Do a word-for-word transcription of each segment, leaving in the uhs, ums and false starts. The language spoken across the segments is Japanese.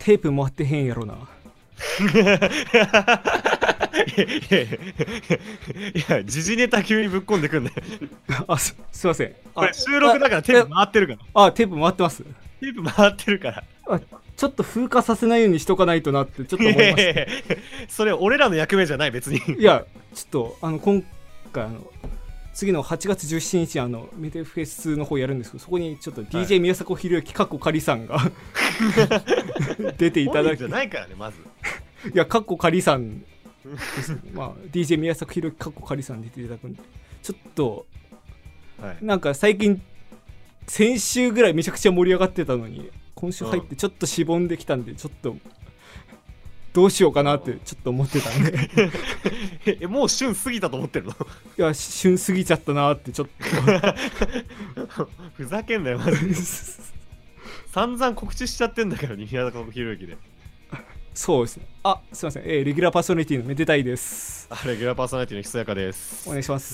テープ回ってへんやろな。 いやいやいや、時事ネタ急にぶっこんでくんね。 あ、すすいません。 これ収録だからテープ回ってるから。 あ、テープ回ってます。 テープ回ってるから。 あ、ちょっと風化させないようにしとかないとなってちょっと思いました。 いやいやいやそれ俺らの役目じゃない別に。 いや、ちょっとあの今回あの次のはちがつじゅうしちにちあのメデフェスの方やるんですけど、そこにちょっと ディージェー 宮迫ひろゆきかっこかりさんが出ていただき、 じゃないからねまず。 いやかっこかりさんですね。まあ ディージェー 宮迫ひろゆきかっこかりさん出ていただくんで、ちょっと、はい、なんか最近先週ぐらいめちゃくちゃ盛り上がってたのに今週入ってちょっとしぼんできたんで、ちょっとどうしようかなってちょっと思ってたんでえ、もう旬過ぎたと思ってるの？ いや、旬過ぎちゃったなってちょっとふざけんなよマジで。散々告知しちゃってんだから、宮迫ひろゆきで。 そうですね。あ、すいません、えー、レギュラーパーソナリティのめでたいです。 あ、レギュラーパーソナリティのひそやかです。 お願いします。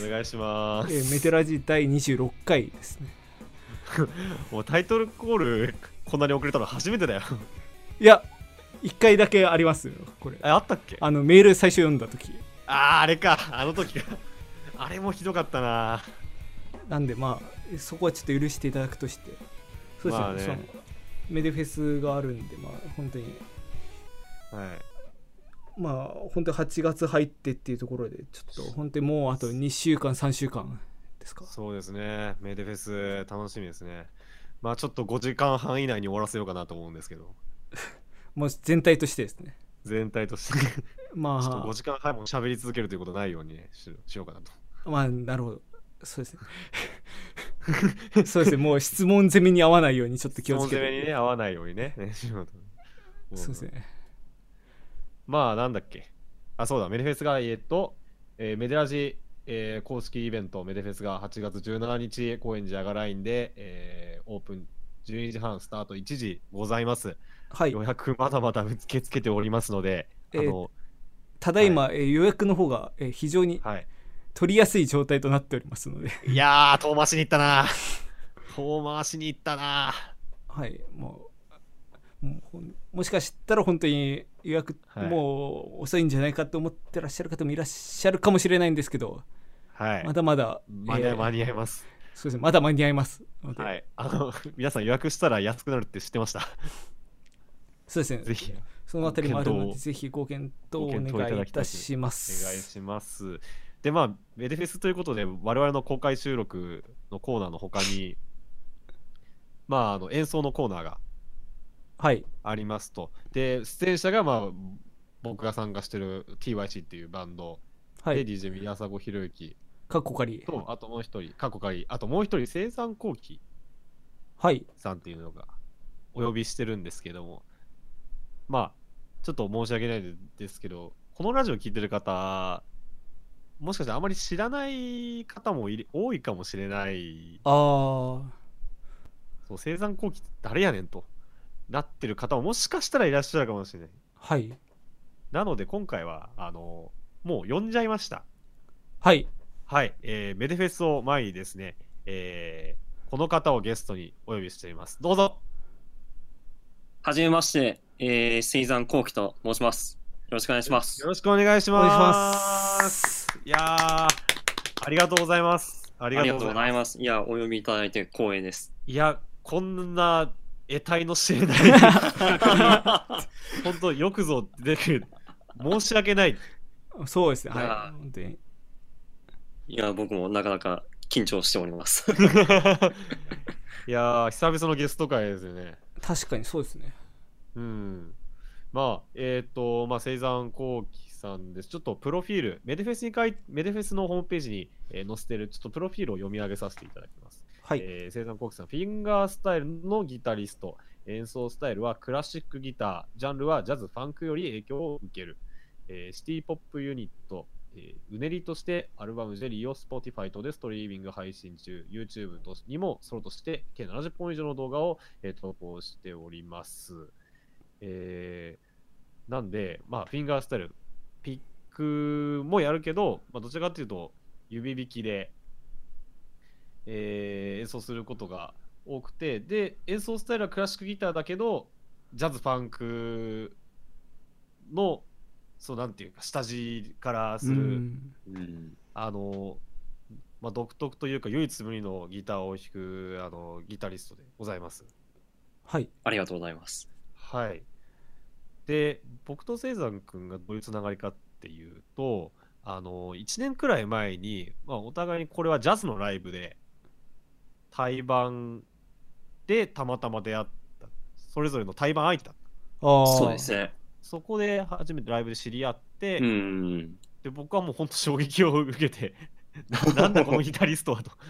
お願いします。 えー、メテラジだいにじゅうろっかいですね。 もうタイトルコールこんなに遅れたの初めてだよ。 いや、いっかいだけありますよこれ。 あったっけ？ あのメール最初読んだ時。 あー、あれか、あの時か。あれもひどかったな。 なんでまあそこはちょっと許していただくとして、そうですね、まあね、そのメデフェスがあるんで、まあ本当に、 はい、 まあ本当にはちがつ入ってっていうところで、ちょっと本当にもうあとにしゅうかんさんしゅうかんですか。 そうですね、メデフェス楽しみですね。まあちょっとごじかんはん以内に終わらせようかなと思うんですけど。 もう全体としてですね。 全体としてまあちょっとごじかんはんも喋り続けるということないように、ね、し, しようかなと。 まあなるほど、そうですね。そうですね、もう質問攻めに合わないようにちょっと気をつけて。 質問攻めにね合わないようにね。 そうですね。 まあなんだっけ。あ、そうだ、メデフェスがえっと、えー、メデラジ、えー、公式イベントメデフェスがはちがつじゅうしちにち高円寺アガラインで、えー、オープンじゅうにじはんスタートいちじございます。はい、予約まだまだ受け付けておりますので、 えー、あのただいま、はい、えー、予約の方が、えー、非常に取りやすい状態となっておりますので、はい、 いやー遠回しに行ったな遠回しに行ったな。 はいもう も, もしかしたら本当に予約、はい、もう遅いんじゃないかと思ってらっしゃる方もいらっしゃるかもしれないんですけど、 はい、 まだまだ間に合い、えー、間に合います。 そうですね、まだ間に合いますので、 はい、あの皆さん予約したら安くなるって知ってました？ そうですね、 ぜひそのあたりもあるのでぜひご検討お願いいたします。 お願いします。でまあメデフェスということで我々の公開収録のコーナーの他にまああの演奏のコーナーがありますと、はい、で出演者がまあ僕が参加してる ティーワイシー っていうバンド、はい、で ディージェー 宮迫ひろゆきかっこかりとあともう一人かっこかりあともう一人生産後期さんっていうのがお呼びしてるんですけども、まあちょっと申し訳ないですけど、このラジオ聞いてる方もしかしたらあまり知らない方もいる多いかもしれない。 ああ、 そう生産後期って誰やねんとなってる方ももしかしたらいらっしゃるかもしれない。 はい。 なので今回はあのもう呼んじゃいました。 はいはい、えー、メデフェスを前にですね、えー、この方をゲストにお呼びしています。どうぞ。 はじめまして、えー、生産後期と申します。よろしくお願いします。 よろしくお願いします。いやー、ありがとうございます。 ありがとうございます。いや、お呼びいただいて光栄です。 いや、こんな得体の知れない本当よくぞ出て申し訳ない。 そうですね。はい。本当に。 いや、僕もなかなか緊張しております。 いやー、久々のゲスト会ですよね。 確かにそうですね。 うん。まあ、えっ、ー、と、まあ、生産後期さんです。ちょっとプロフィール、メデフェスに書いメデフェスのホームページに、えー、載せてる、ちょっとプロフィールを読み上げさせていただきます。はい。えー、生産後期さん、フィンガースタイルのギタリスト。演奏スタイルはクラシックギター。ジャンルはジャズ、ファンクより影響を受ける。えー、シティポップユニット。えー、うねりとしてアルバムジェリーを Spotify とでストリーミング配信中、YouTube とにもソロとして計ななじゅっぽん以上の動画を、えー、投稿しております。えー、なんで、まあ、フィンガースタイル、ピックもやるけど、まあ、どちらかというと、指弾きで、えー、演奏することが多くて、で、演奏スタイルはクラシックギターだけど、 ジャズファンクのそうなんていうか下地からする、うん、あの、まあ、独特というか唯一無二のギターを弾くあのギタリストでございます。 はい、 ありがとうございます。 はい。で僕と青山くんがどういうつながりかっていうと、あのいちねんくらい前に、まあ、お互いにこれはジャズのライブで対バンでたまたま出会った、それぞれの対バン相手だった。 あ、そうですね。 そこで初めてライブで知り合って、 うん、 で僕はもう本当衝撃を受けてな, なんだこのギタリストはと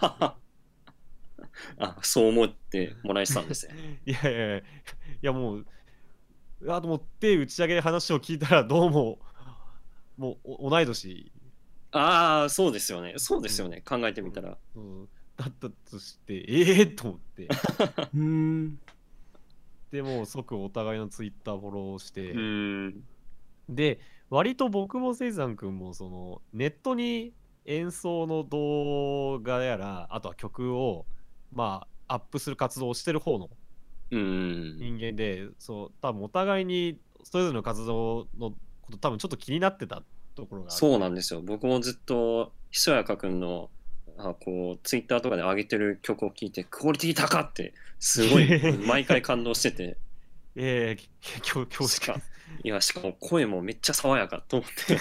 あ、そう思ってもらえてたんですね。 いやいやいや、いやもうあと思って打ち上げで話を聞いたらどうももう同い年。 ああ、そうですよね。そうですよね。うん、考えてみたら、 うんうん、だったとしてええー、と思ってうーんでも即お互いのツイッターフォローして、 うーん、 で割と僕もせいざんくんもそのネットに演奏の動画やらあとは曲をまあアップする活動をしてる方の人間で、そう多分お互いにそれぞれの活動のこと多分ちょっと気になってたところがある。 そうなんですよ。僕もずっとひそやかくんのあこうツイッターとかで上げてる曲を聴いてクオリティ高ってすごい毎回感動しててええー、今日今日しかいやしかも声もめっちゃ爽やかと思って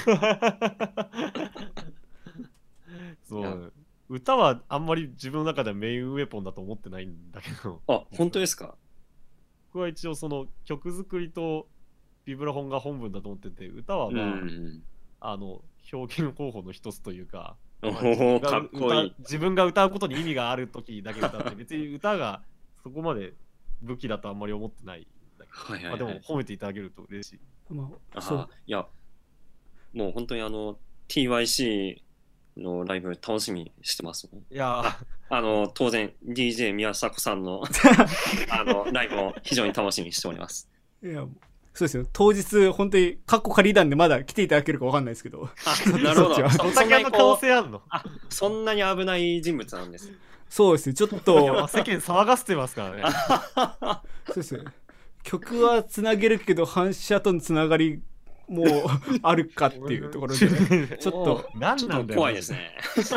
そう歌はあんまり自分の中ではメインウェポンだと思ってないんだけど。 あ、本当ですか？ 僕は一応その曲作りとビブラフォンが本文だと思ってて、歌はまあ、うん、あの表現方法の一つというか、 おお、かっこいい。 自分が歌うことに意味がある時だけ歌って別に歌がそこまで武器だとあんまり思ってないんだけど、はいはいはい、まあ、でも褒めていただけると嬉しい。 まあ、そういやもう本当にあの ティーワイシー のライブ楽しみにしてます。 いやあ、 あの当然 ディージェー 宮迫さんのあのライブも非常に楽しみにしております。 いやそうですよ、当日本当にカッコ仮団でまだ来ていただけるかわかんないですけど。 あ、なるほど。 そんなに可能性あるの？ あ、そんなに危ない人物なんです。 そうですね、ちょっと世間騒がせてますからね。 そうですね、曲はつなげるけど反射とのつながりもあるかっていうところで、ね、ちょっと何なんだよ、怖いですね。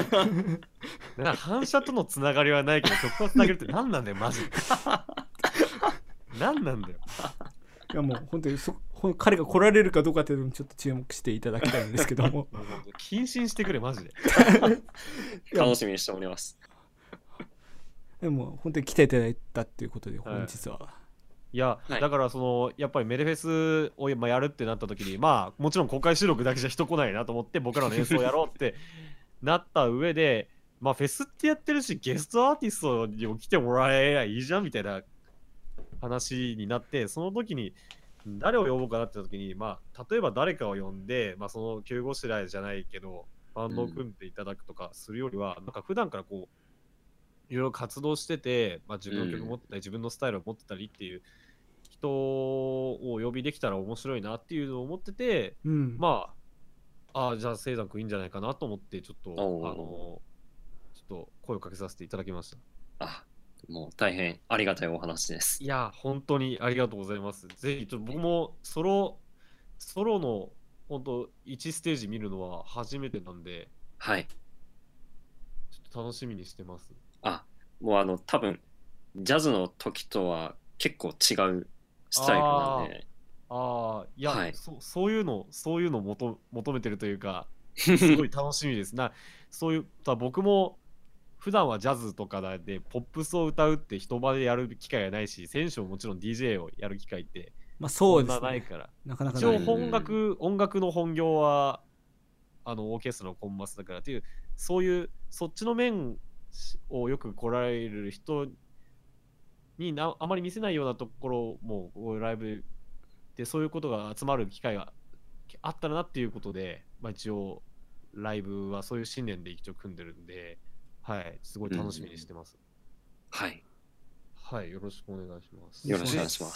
反射とのつながりはないけど曲をつなげるって何なんだよマジで。何なんだよ。 いやもう本当にそ彼が来られるかどうかっていうのもちょっと注目していただきたいんですけども謹慎してくれマジで。 楽しみにしております。 でも本当に来ていただいたっていうことで本日は、はい 、いや、はい、だからそのやっぱりメデフェスをやるってなった時にまあもちろん公開収録だけじゃ人来ないなと思って僕らの演奏をやろうってなった上でまあフェスってやってるしゲストアーティストにも来てもらえりゃいいじゃんみたいな話になって、その時に誰を呼ぼうかなって時にまあ例えば誰かを呼んでまあその急ごしらえじゃないけどバンドを組んでいただくとかするよりは、うん、なんか普段からこういろいろ活動してて、まあ、自分の曲持ってたり、うん、自分のスタイルを持ってたりっていう人をお呼びできたら面白いなっていうのを思ってて、 うん、 まああじゃあ青山くんいいんじゃないかなと思ってちょっとあのちょっと声をかけさせていただきました。 あ、もう大変ありがたいお話です。 いや本当にありがとうございます。ぜひちょっと僕もソロソロの本当いちステージ見るのは初めてなんで、 はい、 ちょっと楽しみにしてます。 あ、もうあの多分ジャズの時とは結構違うスタイルなんで、 ああいや、はい、そ, そういうのそういうのを求求めてるというかすごい楽しみですな。そういう僕も普段はジャズとかでポップスを歌うって人場でやる機会がないし、選手ももちろん ディージェー をやる機会ってまあそうですね、 そんなないからなかなかない。一応音楽音楽の本業はあのオーケストラのコンマスだからっていうそういうそっちの面をよく来られる人になあまり見せないようなところもこうライブでそういうことが集まる機会があったらなっていうことで、まあ、一応ライブはそういう信念で一応組んでるんで、はい、すごい楽しみにしてます。 うん、はいはい、よろしくお願いします。 よろしくお願いします。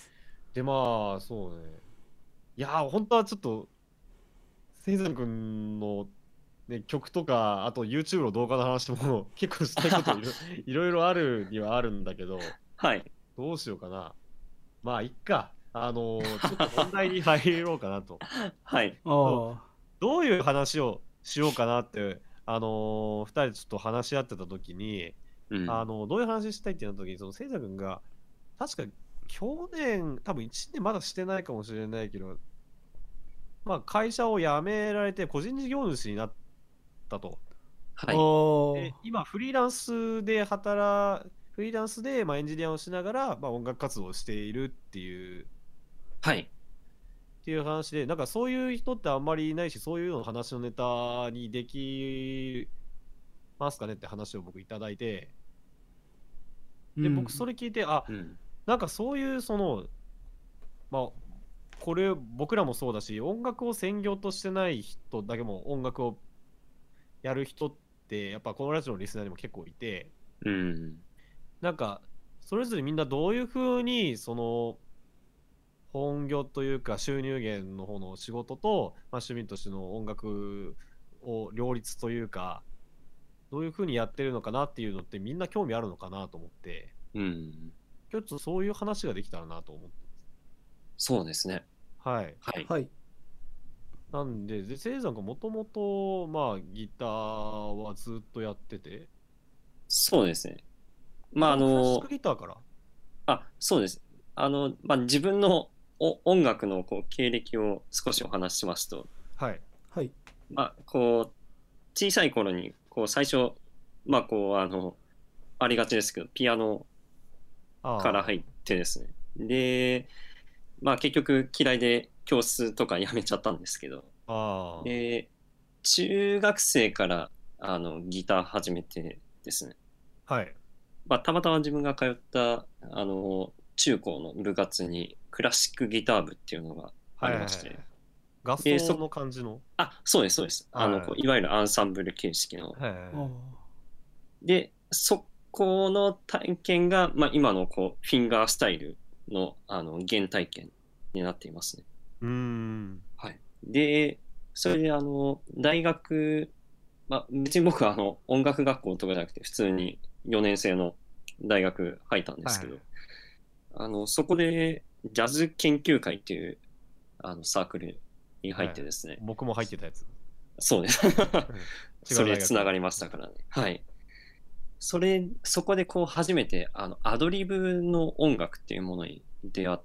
でまあそうね、いや本当はちょっとせいざんくんのね、曲とかあと YouTube の動画の話も結構したいこといろいろいろあるにはあるんだけど、 はい、 どうしようかな。 まあいっか、あのー、ちょっと問題に入ろうかなと。 はい。 どういう話をしようかなって、あのー、ふたりでちょっと話し合ってた時に、うん、あのどういう話したいってなった時に、そのせいざくんが確か去年多分いちねんまだしてないかもしれないけど、まあ会社を辞められて個人事業主になったと。 はい、 で今フリーランスで働フリーランスでまあエンジニアをしながらまあ音楽活動をしているっていう、 はい、 っていう話で、なんかそういう人ってあんまりいないし、そういうの話のネタにできますかねって話を僕いただいて、で、うん、僕それ聞いて、あ、うん、なんかそういうそのまあこれ僕らもそうだし、音楽を専業としてない人だけも音楽をやる人ってやっぱこのラジオのリスナーにも結構いて、 うん、 なんかそれぞれみんなどういう風にその本業というか収入源の方の仕事と、まあ、趣味としての音楽を両立というかどういう風にやってるのかなっていうのってみんな興味あるのかなと思って、 うん、 ちょっとそういう話ができたらなと思って。 そうですね。 はいはい、 はい、 なんででせいざんがもともとまあギターはずっとやってて。 そうですね。まああのクラシックギターから。 あ、そうです。あのまあ自分のお音楽のこう経歴を少しお話ししますと、 はいはい、 まあこう小さい頃にこう最初まあこうあのありがちですけどピアノから入ってですね、でまあ結局嫌いで教室とかやめちゃったんですけど、 あで中学生からあのギター始めてですね、 はい、 まあ、たまたま自分が通ったあの中高の部活にクラシックギター部っていうのがありまして、はいはいはい、合奏の感じの、 あ、そうですそうです、はい、あのこういわゆるアンサンブル形式の、 はいはい、 でそこの体験が、まあ、今のこうフィンガースタイルのあの原体験になっていますね。 うーん、 はい、でそれであの大学、まあ、別に僕はあの音楽学校とかじゃなくて普通によねん生の大学入ったんですけど、はい、あのそこでジャズ研究会っていうあのサークルに入ってですね、はい、 僕も入ってたやつ。 そうですそれつながりましたからね。はい、それそこでこう初めてあのアドリブの音楽っていうものに出会って、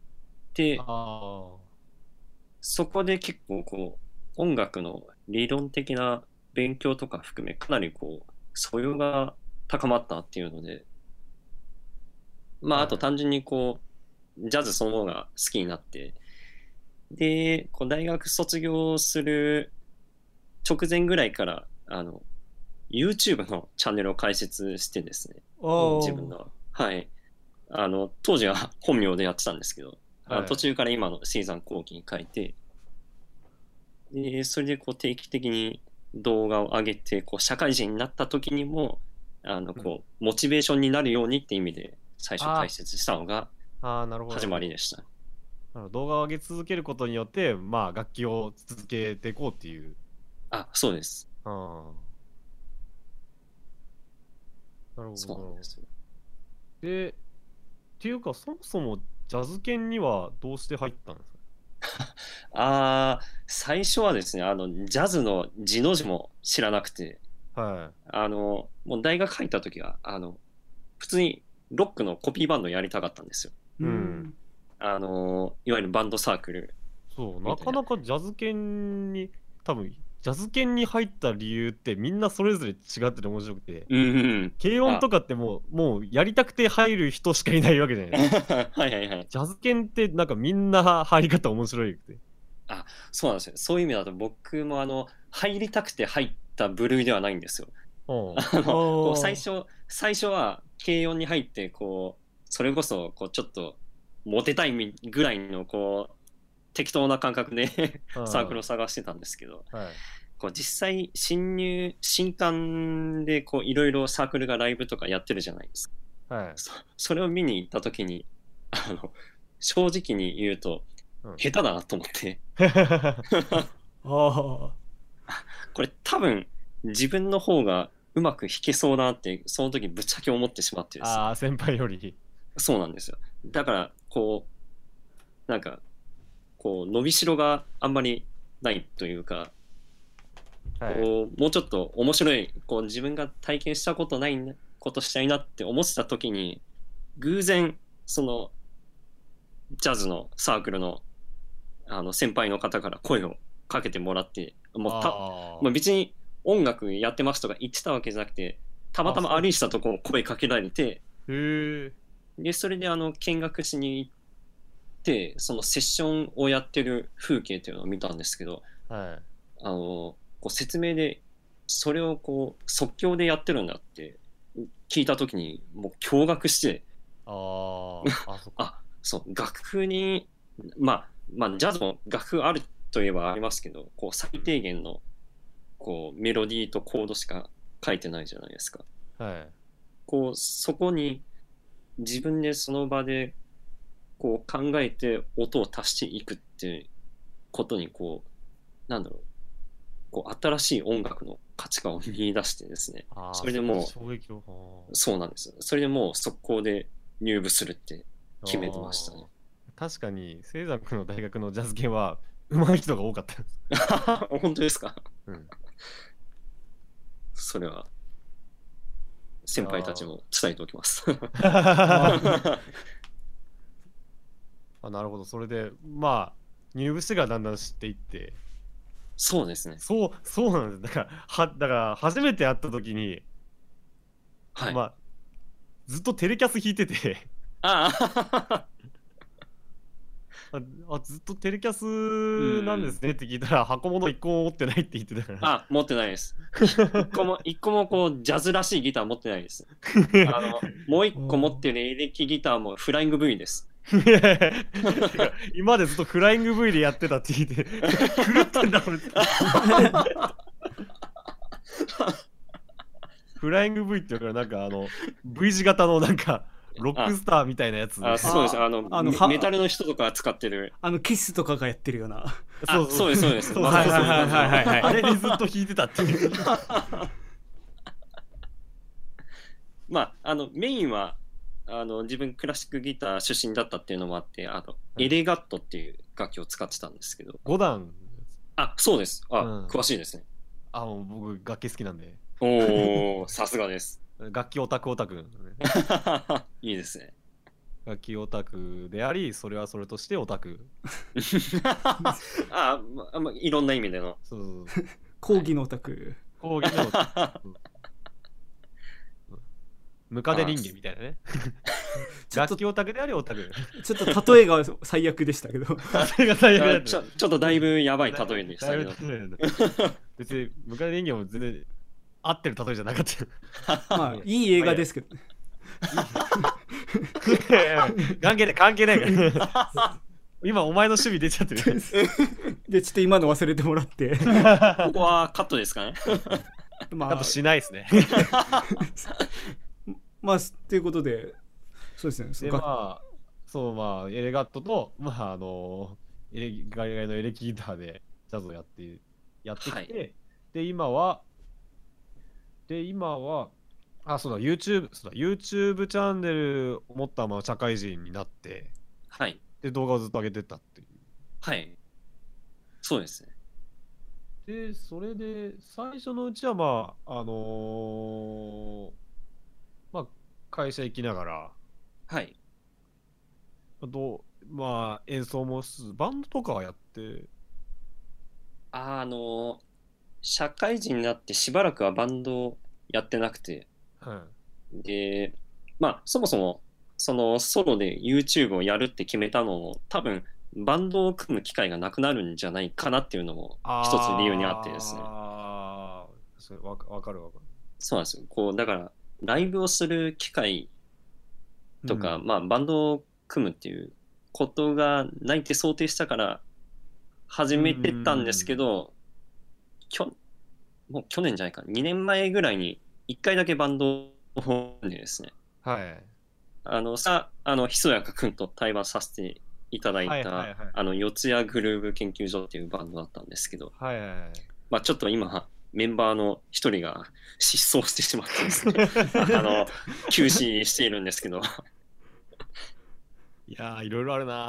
あそこで結構こう音楽の理論的な勉強とか含めかなりこう素養が高まったっていうので、まああと単純にこうジャズそのものが好きになって、でこう大学卒業する直前ぐらいからあの YouTube のチャンネルを開設してですね、自分の、はい、あの当時は本名でやってたんですけど、はい、途中から今の青山後期に書いて、でそれでこう定期的に動画を上げてこう社会人になった時にもあのこう、うん、モチベーションになるようにって意味で最初開設したのが始まりでした。 ああ、動画を上げ続けることによって、まあ、楽器を続けていこうっていう。 あ、そうです。 ああ、なるほど。 そうなんですよ。 で、っていうかそもそもジャズ研にはどうして入ったんですか？ ああ、最初はですね、あのジャズの字の字も知らなくて、 はい、 あのもう大学入った時はあの普通にロックのコピーバンドやりたかったんですよ。 うん、 あのいわゆるバンドサークル。 そう、なかなかジャズ研に多分ジャズ研に入った理由ってみんなそれぞれ違ってて面白くて、 うんうん、 軽音とかってもうもうやりたくて入る人しかいないわけじゃないですか。 はいはいはい。 ジャズ研ってなんかみんな入り方面白いくて。 あ、そうなんですよ。そういう意味だと僕もあの入りたくて入った部類ではないんですよ。あのこう最初最初は軽音に入ってこうそれこそこうちょっとモテたいぐらいのこう適当な感覚でサークルを探してたんですけど、 はい、 こう実際新入新刊でこういろいろサークルがライブとかやってるじゃないですか、はい、 そ, それを見に行った時にあの正直に言うと、うん、下手だなと思ってこれ多分自分の方がうまく弾けそうだなってその時ぶっちゃけ思ってしまってですね。 ああ、先輩より。 そうなんですよ。だからこうなんかこう伸びしろがあんまりないというか、はい、こうもうちょっと面白いこう自分が体験したことないことしたいなって思ってた時に偶然そのジャズのサークルのあの先輩の方から声をかけてもらって、もうたまあ、別に音楽やってますとか言ってたわけじゃなくて、たまたま歩いてたところ声かけられて、 へでそれであの見学しに行って、そのセッションをやってる風景というのを見たんですけど、 はい、 あのこう説明でそれをこう即興でやってるんだって聞いたときにもう驚愕して、 ああそっかあそう楽譜にまあまあジャズも楽譜あるといえばありますけど、こう最低限のこうメロディーとコードしか書いてないじゃないですか。 はい。 こうそこに自分でその場でこう考えて音を足していくってことにこうなんだろうこう新しい音楽の価値観を見出してですね。それでもう衝撃をそうなんですよ。それでもう速攻で入部するって決めてましたね。 確かに聖山君の大学のジャズ系は上手い人が多かったです。 本当ですか？ うん。 それは先輩たちも伝えておきます。 あ、なるほど。それでまあ入部してからだんだん知っていって。 そうですね。 そうそうなんです。だからはだから初めて会った時に、 はい、 まあずっとテレキャス弾いてて、 あああずっとテレキャスなんですねって聞いたら、箱物いっこも持ってないって言ってたから。 あ、持ってないです。いっこもいっこもこうジャズらしいギター持ってないです。あのもういっこ持ってるエレキギターもフライング V です。 今までずっとフライング V でやってたって聞いて狂ってんだ俺フライング V っていうからなんかあの V 字型のなんかロックスターみたいなやつ。 ああそうです。あのあのメ, メタルの人とか使ってるあのキスとかがやってるような。 そうそうですそうです。 あれにずっと弾いてたっていうまああのメインはあの自分クラシックギター出身だったっていうのもあって、あのエレガットっていう楽器を使ってたんですけど。 ご段。 あ、そうです。あ、うん、詳しいですね。 あ、もう僕楽器好きなんで。 おお、さすがです。 楽器オタクオタク、ね、 いいですね。 楽器オタクであり、それはそれとしてオタク。 あ、ま、ま、いろんな意味での。 そうそうそう。 講義のオタク。 講義のオタク。ムカデ人間みたいなね。楽器オタクでありオタク。 ちょっと例えが最悪でしたけど。 例えが最悪ちょ。ちょっとだいぶやばい例えでしたけど。 別にムカデ人間も全然合ってる例えじゃなかった。 まあいい映画ですけど。 関係ない関係ないから。今お前の守備出ちゃってる。 でちょっと今の忘れてもらって。 ここはカットですかね。 まあ、カットしないですね。 まあということで、そうですね。 でまあそうまあエレガットとまああのエレガリガリのエレキギターでジャズをやってやってきて、はい、で今はで今はあそうだ YouTube そうだ YouTube チャンネルを持ったまま社会人になって、 はい。 で動画をずっと上げてたっていう。 はい。そうですね。 でそれで最初のうちはまああのー、まあ会社行きながら、 はい。 どうまあ演奏もバンドとかはやって、 あの社会人になってしばらくはバンドやってなくて、 はい、 でまあそもそもそのソロで YouTube をやるって決めたのも多分バンドを組む機会がなくなるんじゃないかなっていうのも一つ理由にあってですね。 ああ、それわかわかるわかる。 そうなんですよ。こうだからライブをする機会とか、うん、まあバンドを組むっていうことがないって想定したから始めてたんですけど、きょもう去年じゃないかにねんまえぐらいにいっかいだけバンドをでですね。 はい。 あのさあのひそやかくんと対話させていただいた、はいはいはい、あの四谷グルーヴ研究所っていうバンドだったんですけど、 はいはいはい、 まあちょっと今メンバーの一人が失踪してしまってですねあの休止しているんですけどいやー、いろいろあるな。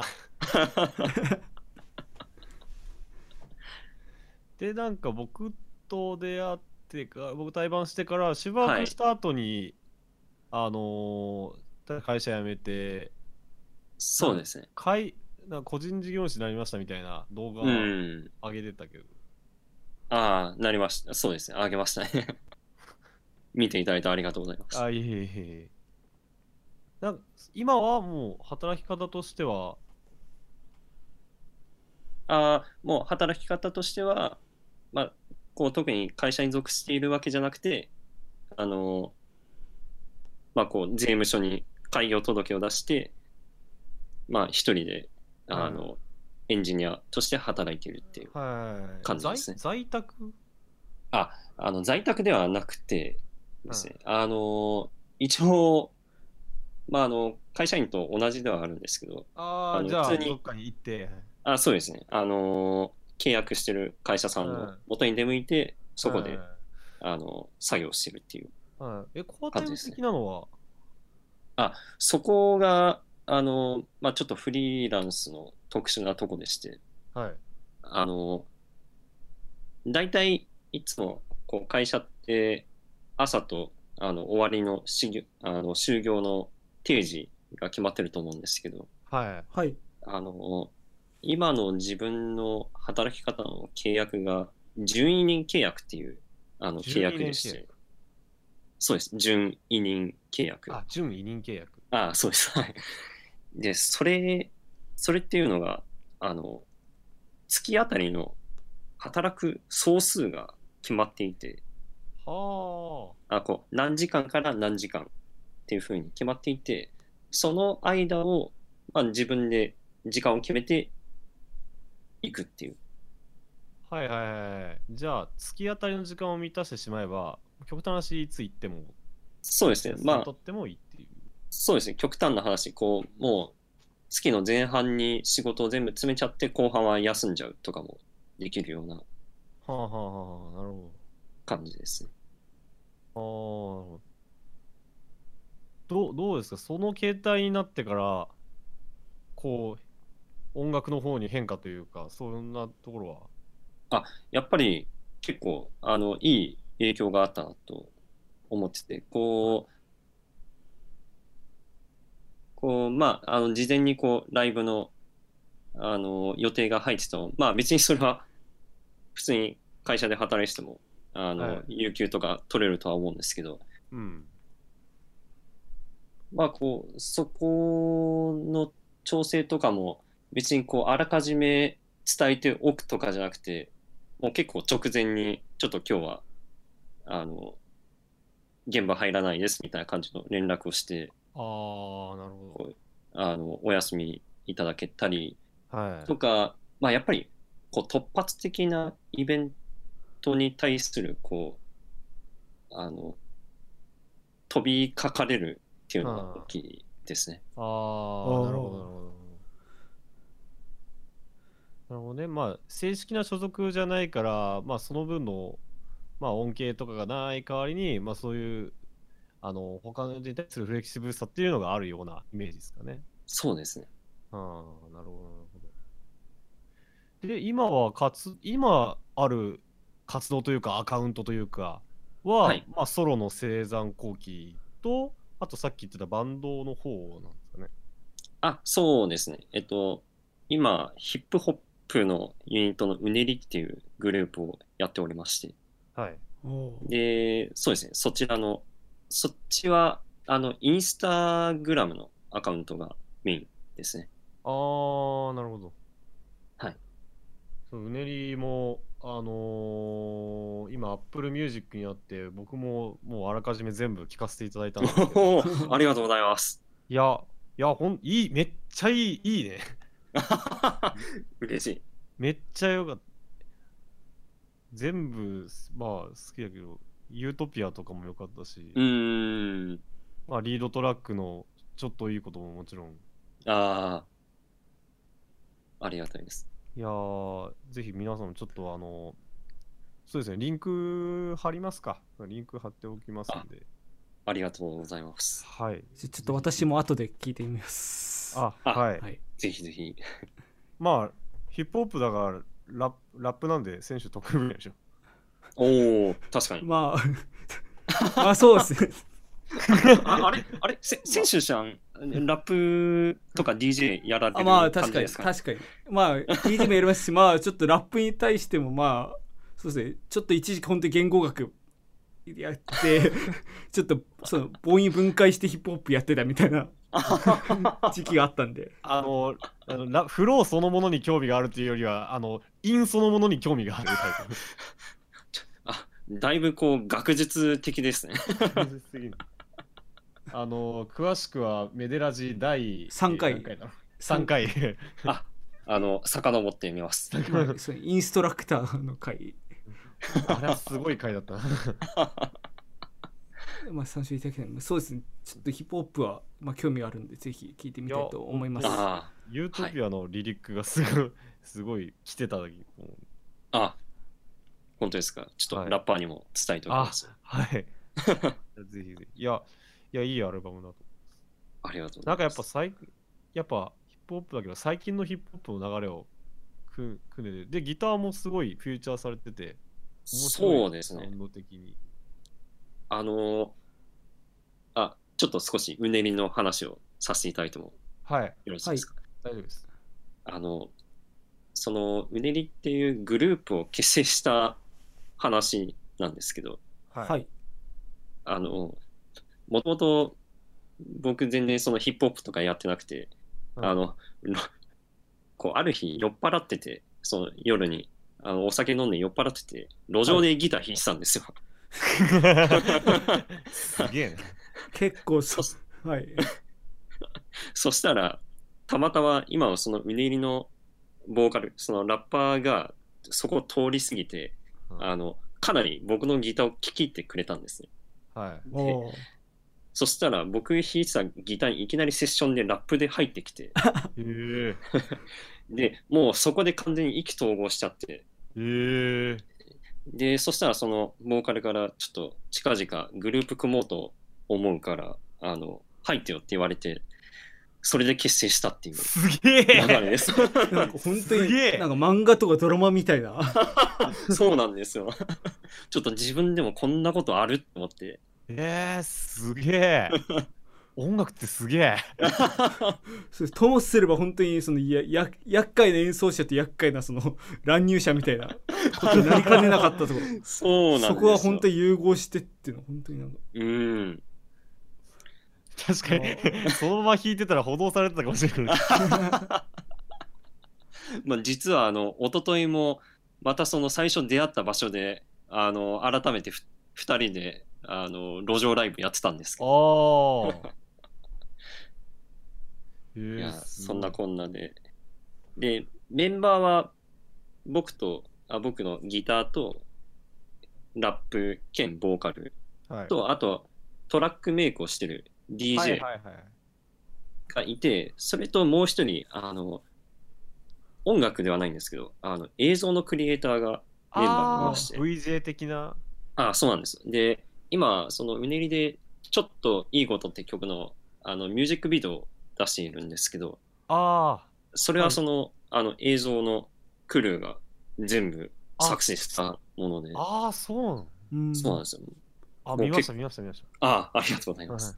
で、なんか僕と出会ってか、僕対バンしてからしばらくした後に、はい、あのー、会社辞めて、 そうですね。 会なんか個人事業主になりましたみたいな動画上げてたけど。 ああ、なりました。そうですね。上げましたね。見ていただいてありがとうございます。 あ、いえいえいえ。なんか今はもう働き方としてはああ、もう働き方としては、まあ、こう特に会社に属しているわけじゃなくて、あの、まあ、こう税務署に開業届を出して、まあ、一人で、あの、はい、エンジニアとして働いているっていう感じですね。 在、在宅あ、あの、在宅ではなくてですね、はい、あの、一応、まあ、あの、会社員と同じではあるんですけど、 ああ、じゃあ、どっかに行って。 あ、そうですね。あの、契約してる会社さんの元に出向いて、そこで、あの、作業してるっていう感じですね。え、コアタイム的なのはあ、そこが、あの、まあ、ちょっとフリーランスの特殊なとこでして、 はい。 あの、大体、いつも、こう、会社って、朝と、あの、終わりの始業、あの、就業の定時が決まってると思うんですけど、 はい。 はい。 あの、今の自分の働き方の契約が、準委任契約っていう、あの、契約でして、そうです。準委任契約。 あ、準委任契約。 ああ、そうです。はい。で、それ、それっていうのが、あの、月あたりの働く総数が決まっていて、 はあ。あ、こう、何時間から何時間っていうふうに決まっていて、その間を、まあ、自分で時間を決めていくっていう。 はいはいはい。じゃあ、月当たりの時間を満たしてしまえば、極端な話、いつ行っても、 そうですね。まあ、 とってもいいっていう。 そうですね。極端な話、こう、もう、月の前半に仕事を全部詰めちゃって、後半は休んじゃうとかもできるような。はあはあはあ、なるほど。 感じですね。 ああ。どう、どうですかその形態になってから、こう、音楽の方に変化というか、そんなところはあ、やっぱり結構、あの、いい影響があったなと思ってて、こう、こう、まあ、あの、事前にこう、ライブの、あの、予定が入ってても、まあ別にそれは、普通に会社で働いてても、あの、はい、有給とか取れるとは思うんですけど、 うん。 まあこう、そこの調整とかも、別にこう、あらかじめ伝えておくとかじゃなくて、もう結構直前に、ちょっと今日は、あの、現場入らないですみたいな感じの連絡をして、 ああ、なるほど。 あの、お休みいただけたり、 はい、 とか、まあやっぱり、こう、突発的なイベントに対する、こう、あの、飛びかかれるっていうのが大きいですね。 ああ、なるほど、なるほど。なるほどね。まあ、正式な所属じゃないから、まあ、その分の、まあ、恩恵とかがない代わりに、まあ、そういう、あの、他の人に対するフレキシブルさっていうのがあるようなイメージですかね。 そうですね。 ああ、なるほど、なるほど。で、今は活、今ある活動というか、アカウントというか、は、はい、まあ、ソロの生産後期と、あとさっき言ってたバンドの方なんですかね。 あ、そうですね。えっと、今、ヒップホップのユニットのうねりっていうグループをやっておりまして。 はい。 で、そうですね。そちらの、そっちは、あの、インスタグラムのアカウントがメインですね。 あー、なるほど。 はい。 そう、うねりも、あのー、今、Apple Music にあって、僕ももうあらかじめ全部聞かせていただいたんですけど。 ありがとうございます。 いや、いや、ほん、いい、めっちゃいい、いいね。 嬉しい。 めっちゃよかった。全部、まあ、好きだけど、ユートピアとかも良かったし、 うーん。 まあ、リードトラックのちょっといいことももちろん。 ああ、ありがたいです。 いやー、ぜひ皆さんもちょっとあの、そうですね、リンク貼りますか。リンク貼っておきますんで。 ありがとうございます。 はい。 ちょっと私も後で聞いてみます。 あ、はい。 はい、 ぜひぜひ。 まあ、ヒップホップだからラップ、ラップなんで選手得意分野でしょ。 おお、確かに。 まあ、まあそうですね。 あ, あれあれせ選手じゃん、ラップとか ディージェー やられてるまあ確かに感じですか？ 確かに。まあ ディージェー もやりますし、まあちょっとラップに対してもまあそうですね、ちょっと一時期本当に言語学やってちょっとその母音分解してヒップホップやってたみたいな時期があったんで、 あのあのラフローそのものに興味があるというよりはあの韻そのものに興味があるタイプ。 あ、だいぶこう学術的ですね。 学術的にあの詳しくはメデラジだいさんかい、えー、回さんかいあ、あの遡ってみます。 そインストラクターの回あれはすごい回だったな。 まあ参照いただきたい。そうですね、ちょっとヒップホップはまあ興味あるんでぜひ聞いてみたいと思います。 あユートピアのリリックがすごい、はい、すごい来てた時。 あ、本当ですか。ちょっとラッパーにも伝えておきます。 はい。ぜひぜひ。いや、いや、いいアルバムだと。 ありがとうございます。 なんかやっぱ最、やっぱヒップホップだけど、最近のヒップホップの流れを組んでて、で、ギターもすごいフューチャーされてて、 面白い。そうですね。 サウンド的に。 あのー、あ、ちょっと少しうねりの話をさせていただいてもはい。 よろしいですか？ はい、大丈夫です。 あの、そのうねりっていうグループを結成した話なんですけど、 はい。 あの、もともと僕全然そのヒップホップとかやってなくて、うん、あの、こうある日酔っ払ってて、その夜にあのお酒飲んで酔っ払ってて、路上でギター弾いてたんですよ。 はい、すげえな。 結構そ、はい。 そしたら、たまたま今はそのうねりのボーカル、そのラッパーがそこを通り過ぎて、うん、あの、かなり僕のギターを聴き入ってくれたんですね。 はい。 でそしたら僕弾いてたギターにいきなりセッションでラップで入ってきてでもうそこで完全に意気投合しちゃってでそしたらそのボーカルからちょっと近々グループ組もうと思うからあの入ってよって言われてそれで結成したっていう流れです。 なんか本当になんか漫画とかドラマみたいな。 そうなんですよ。ちょっと自分でもこんなことあるって思って。 えー、すげえ。音楽ってすげえ。 ともすれば本当にそのやや厄介な演奏者と厄介なその乱入者みたいなことになりかねなかったところ。 そうなんですよ。 そこは本当に融合してっていうのは本当になんか。 うん。 確かにそのまま弾いてたら補導されてたかもしれない。 まあ実はあの一昨日もまたその最初出会った場所であの改めてふたりであの路上ライブやってたんですけど。あいやそんなこんなででメンバーは僕とあ僕のギターとラップ兼ボーカルと、はい、あとトラックメイクをしてる ディージェー がいて、はいはいはい、それともう一人あの音楽ではないんですけどあの映像のクリエイターがメンバーにいましてブイジェー 的なあそうなんですで今そのうねりでちょっといいことって曲のあのミュージックビデオを出しているんですけどあそれはその、はい、あの映像のクルーが全部作成したものでああそうなのそうなんですよあ見ました見ました見ましたあありがとうございます、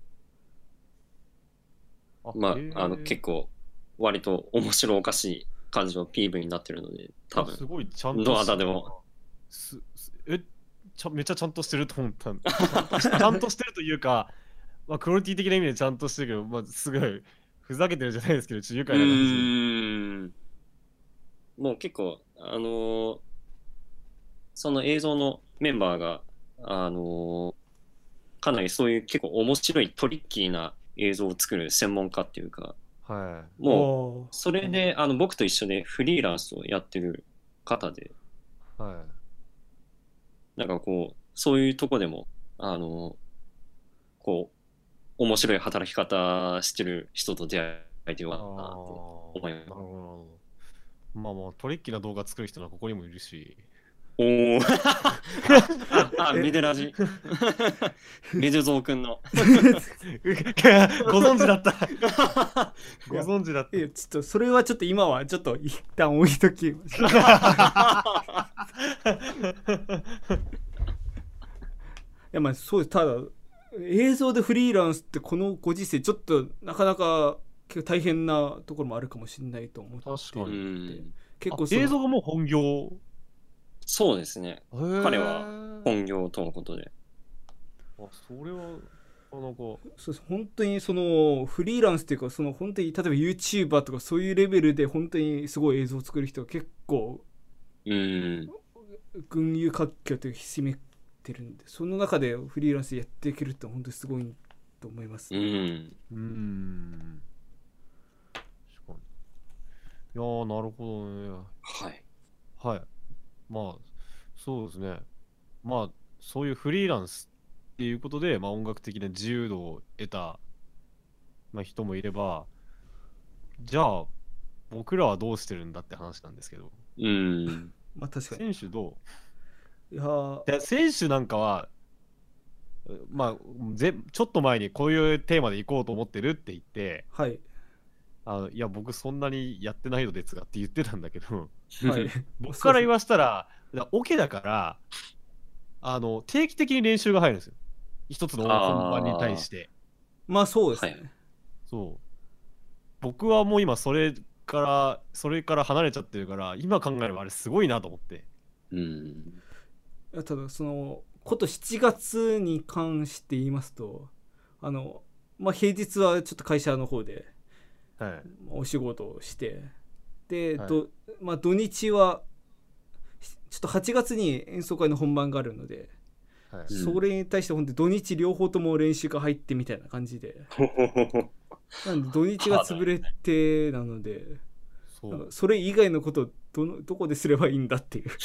はい、まああの結構割と面白おかしい感じの ピーブイ になってるので多分すごいちゃんとどなたでもすえちゃめっちゃちゃんとしてると思ったちゃんとしてるというか、まあ、クオリティ的な意味でちゃんとしてるけど、まあ、すごいふざけてるじゃないですけど、ちょっと愉快な感じ。うーんもう結構、あのー、その映像のメンバーが、あのー、かなりそういう結構面白いトリッキーな映像を作る専門家っていうか、 はい、 もうそれであの僕と一緒でフリーランスをやってる方で、 はい、 なんかこうそういうとこでもあのこう面白い働き方してる人と出会えてよかったなって思います。なるほど。まあまあトリッキーな動画作る人はここにもいるし。 おお。あ、メデラジ。メデゾーくんの。 ご存知だった。ご存知だった。 いや、ちょっとそれはちょっと今はちょっと一旦置いとき。いや、まあそうです。ただ映像でフリーランスってこのご時世ちょっとなかなか結構大変なところもあるかもしれないと思って。 確かに。 結構映像がもう本業。 そうですね。彼は本業とのことで。 あ、それはなんかそうです。本当にそのフリーランスっていうか、その本当に例えば YouTuber とかそういうレベルで本当にすごい映像を作る人が結構うん群雄割拠というひしめてるんで、その中でフリーランスでやっていけるって本当にすごいと思います。 うん。 うん。確かに。いやー、なるほどね。 はい。 はい。まあ、そうですね。まあ、そういうフリーランスっていうことで、まあ、音楽的な自由度を得た、まあ、人もいれば、じゃあ、僕らはどうしてるんだって話なんですけど。 うん。 まあ確かに。 選手どういやで選手なんかは、まあぜ、ちょっと前にこういうテーマで行こうと思ってるって言って、 はい。 あのいや、僕そんなにやってないのですがって言ってたんだけど、 はい、 僕から言わしたら、オケだから、あの定期的に練習が入るんですよ。一つの本番に対して。 まあそうですね。はい、 そう。僕はもう今それから、それから離れちゃってるから、今考えればあれすごいなと思って。 うん。 ただそのことしちがつに関して言いますと、あのまあ平日はちょっと会社の方でお仕事をして、で、はいどまあ、土日はちょっとはちがつに演奏会の本番があるので、はい、それに対して本当に土日両方とも練習が入ってみたいな感じでなんで土日が潰れてなので、なんかそれ以外のことを ど, のどこですればいいんだっていう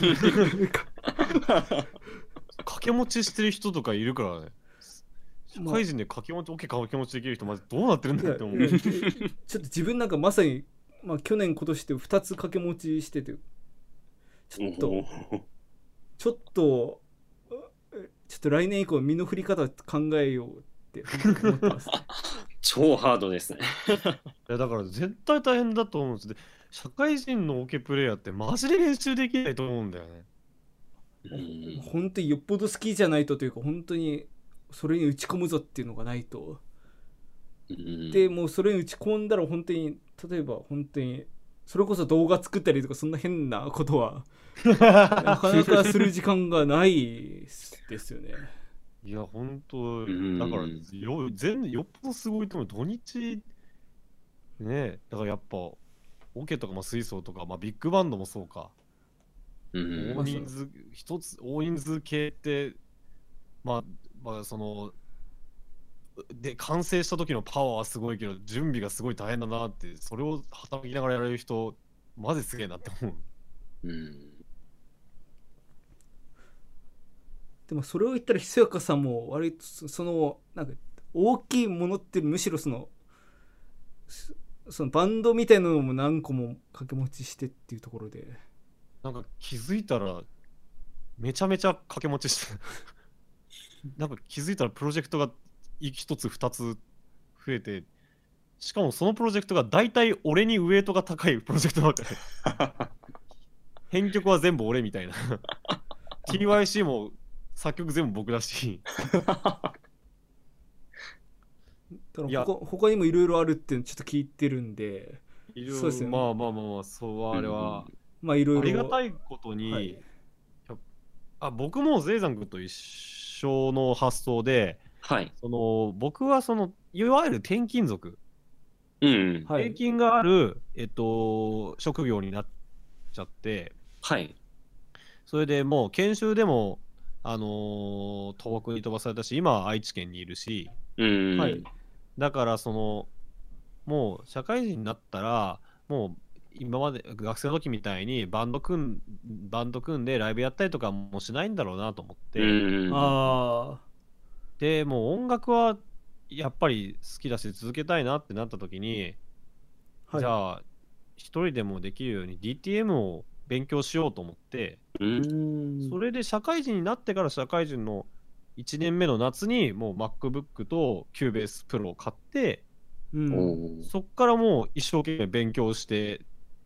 掛け持ちしてる人とかいるからね。社会人で掛け持ち、まあ、OK 掛け持ちできる人まずどうなってるんだって思う。ちょっと自分なんかまさに、まあ、去年今年でふたつ掛け持ちしてて、ちょっとちょっとちょっと来年以降身の振り方考えようって思ってます、ね、 超ハードですねいやだから絶対大変だと思うんです。社会人のオケプレイヤーってマジで練習できないと思うんだよね。 本当によっぽど好きじゃないとというか、本当にそれに打ち込むぞっていうのがないと、でもうそれに打ち込んだら本当に例えば本当にそれこそ動画作ったりとかそんな変なことはなかなかする時間がないですよね。 いや本当だからよ全よっぽどすごいと思う。土日ね、だからやっぱオケとかも吹奏とか、まあ、ビッグバンドもそうか、大人数一つ大人数系ってまあまあそので完成した時のパワーはすごいけど準備がすごい大変だなって、それを働きながらやれる人マジすげえなって思う。うん。 でもそれを言ったらひそやかさんも割とそのなんか大きいものってむしろそのそのバンドみたいなのも何個も掛け持ちしてっていうところで、 なんか気づいたらめちゃめちゃ掛け持ちしてなんか気づいたらプロジェクトが一つ二つ増えて、しかもそのプロジェクトが大体俺にウエイトが高いプロジェクトばっかり編曲は全部俺みたいなティーワイシー も作曲全部僕だしいや他, 他にもいろいろあるってちょっと聞いてるんで、 そうですね、まあまあまあまあそうあれは、うん、 まあいろいろありがたいことに、はい、あ僕もゼイザン君と一緒の発想で、はい、その僕はそのいわゆる転勤族、うん、転勤がある、えっと、職業になっちゃって、はい、それでもう研修でも、あのー、東北に飛ばされたし、今は愛知県にいるし、うんはい、だからそのもう社会人になったらもう今まで学生の時みたいにバンド組んバンド組んでライブやったりとかもしないんだろうなと思って、うんあでもう音楽はやっぱり好きだし続けたいなってなった時に、はい、じゃあ一人でもできるように ディーティーエム を勉強しようと思って、 うーん。 それで社会人になってから社会人のいちねんめの夏にもう MacBook と Cubase Pro を買って、 うん、 おーそっからもう一生懸命勉強して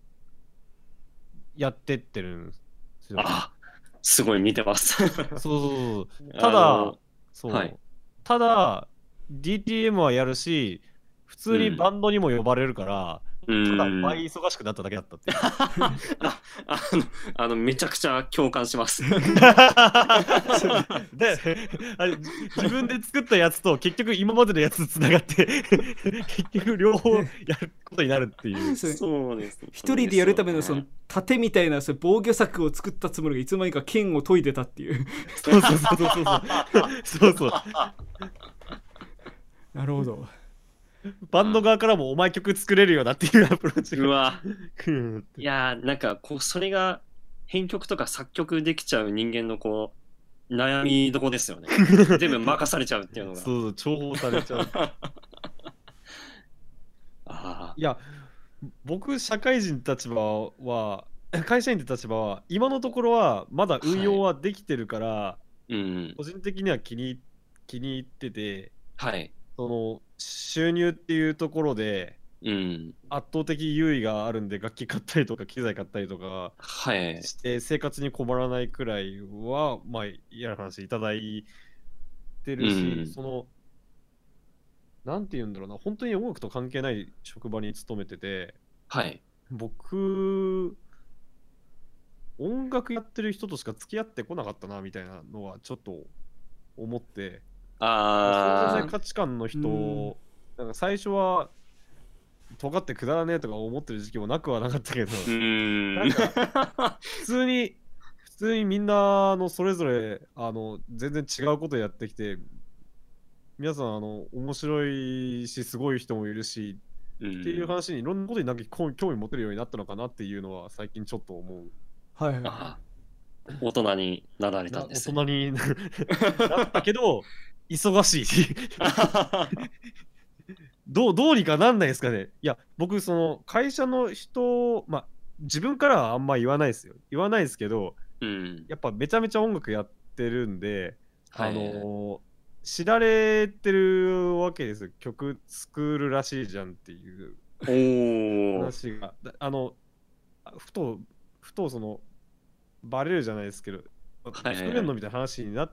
やってってるんですよ。 あ、すごい見てます。 そうそうそう。たあだの、 そう、 はいただ ディーティーエム はやるし、普通にバンドにも呼ばれるから、 うただん。 倍忙しくなっただけだったっていう。 あ、あの、あの、めちゃくちゃ共感します。 であれ自分で作ったやつと結局今までのやつつながって結局両方やることになるっていう。 そうです。 一人でやるためのそのそうですよね盾みたいなその防御策を作ったつもりがいつの間にか剣を研いでたっていう。 そうそうそうそうそうそうそう。 なるほど。 バンド側からもお前曲作れるよなっていうアプローチがうわ、 来るって。 いやー、なんかこう、それが編曲とか作曲できちゃう人間のこう、悩みどこですよね。全部任されちゃうっていうのが。 そうそう、重宝されちゃう。 あいや、僕、社会人立場は、会社員って立場は、今のところはまだ運用はできてるから、 ーうん。 個人的には気に気に入ってて、 はい。 その収入っていうところでうん。 圧倒的優位があるんで、楽器買ったりとか機材買ったりとかはい。 して生活に困らないくらいは、まあ嫌な話いただいてるし、 うんそのなんて言うんだろうな、本当に音楽と関係ない職場に勤めてて、 はい。 僕音楽やってる人としか付き合ってこなかったなみたいなのはちょっと思って、そうじゃないあ価値観の人うんをなんか最初は尖ってくだらねえとか思ってる時期もなくはなかったけど、 ー。うーん。 なんか普通に普通にみんなのそれぞれあの全然違うことやってきて、皆さんあの面白いしすごい人もいるしうんっていう話にいろんなことになんか興興味持てるようになったのかなっていうのは最近ちょっと思う。 はいはい。 あ大人になられたな大んですね。 人になったけど忙しいしどうどうにかなんないですかね。いや僕その会社の人、まあ自分からはあんま言わないですよ。言わないですけど、 うん。 やっぱめちゃめちゃ音楽やってるんで、 はいあの知られてるわけですよ。曲作るらしいじゃんっていうおー。 話が。だあのふとふとそのバレるじゃないですけど、 はいはい作れんのみたいな話になって、